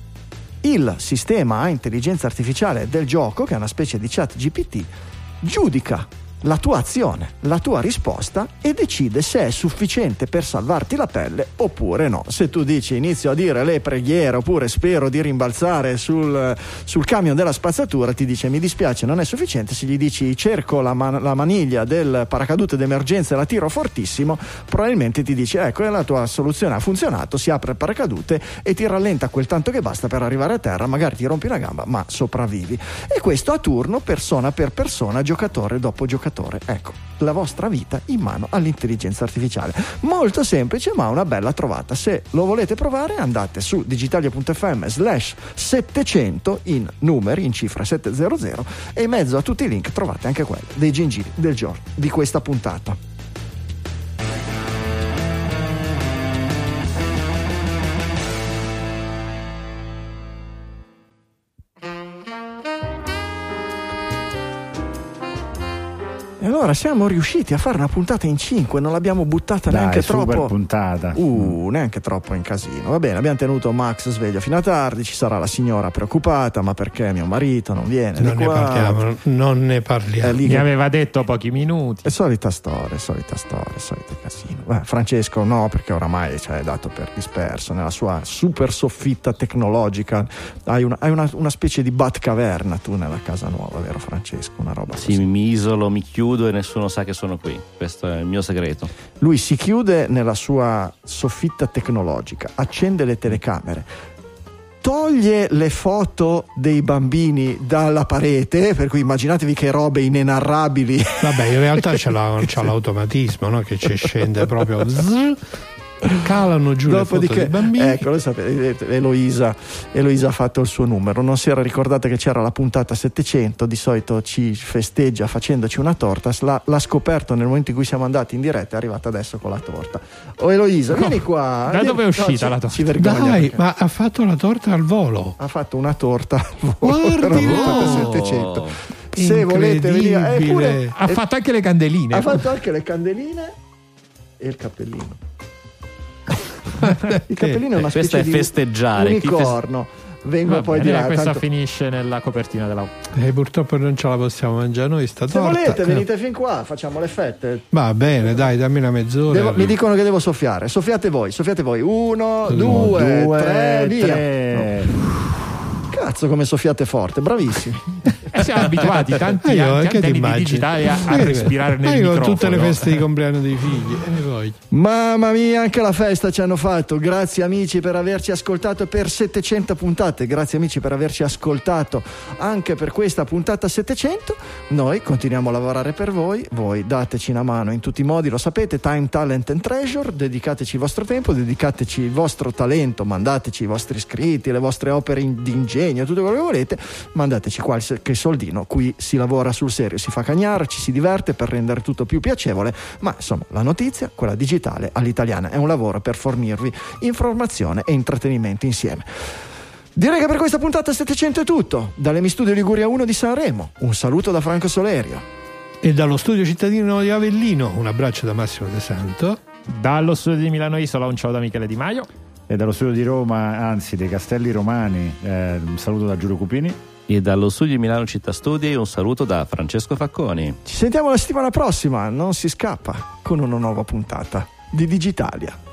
il sistema a intelligenza artificiale del gioco, che è una specie di chat GPT, giudica la tua azione, la tua risposta, e decide se è sufficiente per salvarti la pelle oppure no. Se tu dici inizio a dire le preghiere oppure spero di rimbalzare sul camion della spazzatura, ti dice mi dispiace, non è sufficiente. Se gli dici cerco la maniglia del paracadute d'emergenza e la tiro fortissimo, probabilmente ti dice ecco, la tua soluzione ha funzionato, si apre il paracadute e ti rallenta quel tanto che basta per arrivare a terra, magari ti rompi una gamba ma sopravvivi. E questo a turno, persona per persona, giocatore dopo giocatore. Ecco, la vostra vita in mano all'intelligenza artificiale. Molto semplice, ma una bella trovata. Se lo volete provare, andate su digitalia.fm/700 in numeri, in cifra 700, e in mezzo a tutti i link trovate anche quello dei gingilli del giorno di questa puntata. E allora siamo riusciti a fare una puntata in 5, non l'abbiamo buttata neanche super troppo. Puntata. Neanche troppo in casino. Va bene, abbiamo tenuto Max sveglio fino a tardi, ci sarà la signora preoccupata, ma perché mio marito non viene? Non ne parliamo. Mi aveva detto pochi minuti. È solita storia, solito casino. Francesco no, perché oramai è dato per disperso nella sua super soffitta tecnologica. Hai una specie di Batcaverna tu nella casa nuova, vero Francesco? Una roba così. Sì, mi isolo, mi chiudo e nessuno sa che sono qui. Questo è il mio segreto. Lui si chiude nella sua soffitta tecnologica, accende le telecamere, toglie le foto dei bambini dalla parete, per cui immaginatevi che robe inenarrabili. Vabbè, in realtà c'è l'automatismo, no? Che ci scende proprio, calano giù le foto dei bambini. Ecco, lo sapete, Eloisa ha fatto il suo numero, non si era ricordata che c'era la puntata 700, di solito ci festeggia facendoci una torta, l'ha scoperto nel momento in cui siamo andati in diretta, è arrivata adesso con la torta. Eloisa, vieni qua. Da dove è uscita la torta? Si vergogna. Dai, perché ma ha fatto la torta al volo. ha fatto una torta al volo per la puntata 700. Se volete venire, ha fatto anche le candeline. Ha fatto anche le candeline e il cappellino. Il cappellino è una Questo specie è festeggiare. di unicorno. Vengo poi di là. Questa Tanto... finisce nella copertina della. Purtroppo non ce la possiamo mangiare noi sta Se torta. volete venite fin qua, facciamo le fette. Va bene, dai, dammi una mezz'ora. Mi dicono che devo soffiare. Soffiate voi. 1, 2, 3, via. No. Cazzo come soffiate forte, bravissimi. Siamo abituati tanti anni di digitale a respirare nel microfono. Tutte le feste di compleanno dei figli. Mamma mia, anche la festa ci hanno fatto. Grazie amici per averci ascoltato per 700 puntate. Grazie amici per averci ascoltato anche per questa puntata 700. Noi continuiamo a lavorare per voi. Voi dateci una mano in tutti i modi, lo sapete. Time, talent and treasure. Dedicateci il vostro tempo, dedicateci il vostro talento. Mandateci i vostri iscritti, le vostre opere di ingegno, tutto quello che volete. Mandateci qualche soldino. Qui si lavora sul serio, si fa cagnare, ci si diverte per rendere tutto più piacevole. Ma insomma, la notizia, quella digitale all'italiana, è un lavoro per fornirvi informazione e intrattenimento insieme. Direi che per questa puntata 700 è tutto. Dall'Emi Studio Liguria 1 di Sanremo, un saluto da Franco Solerio. E dallo studio cittadino di Avellino, un abbraccio da Massimo De Santo. Dallo studio di Milano Isola, un ciao da Michele Di Maio. E dallo studio di Roma, anzi dei Castelli Romani, un saluto da Giulio Cupini. E dallo studio di Milano Città Studi un saluto da Francesco Facconi. Ci sentiamo la settimana prossima, non si scappa, con una nuova puntata di Digitalia.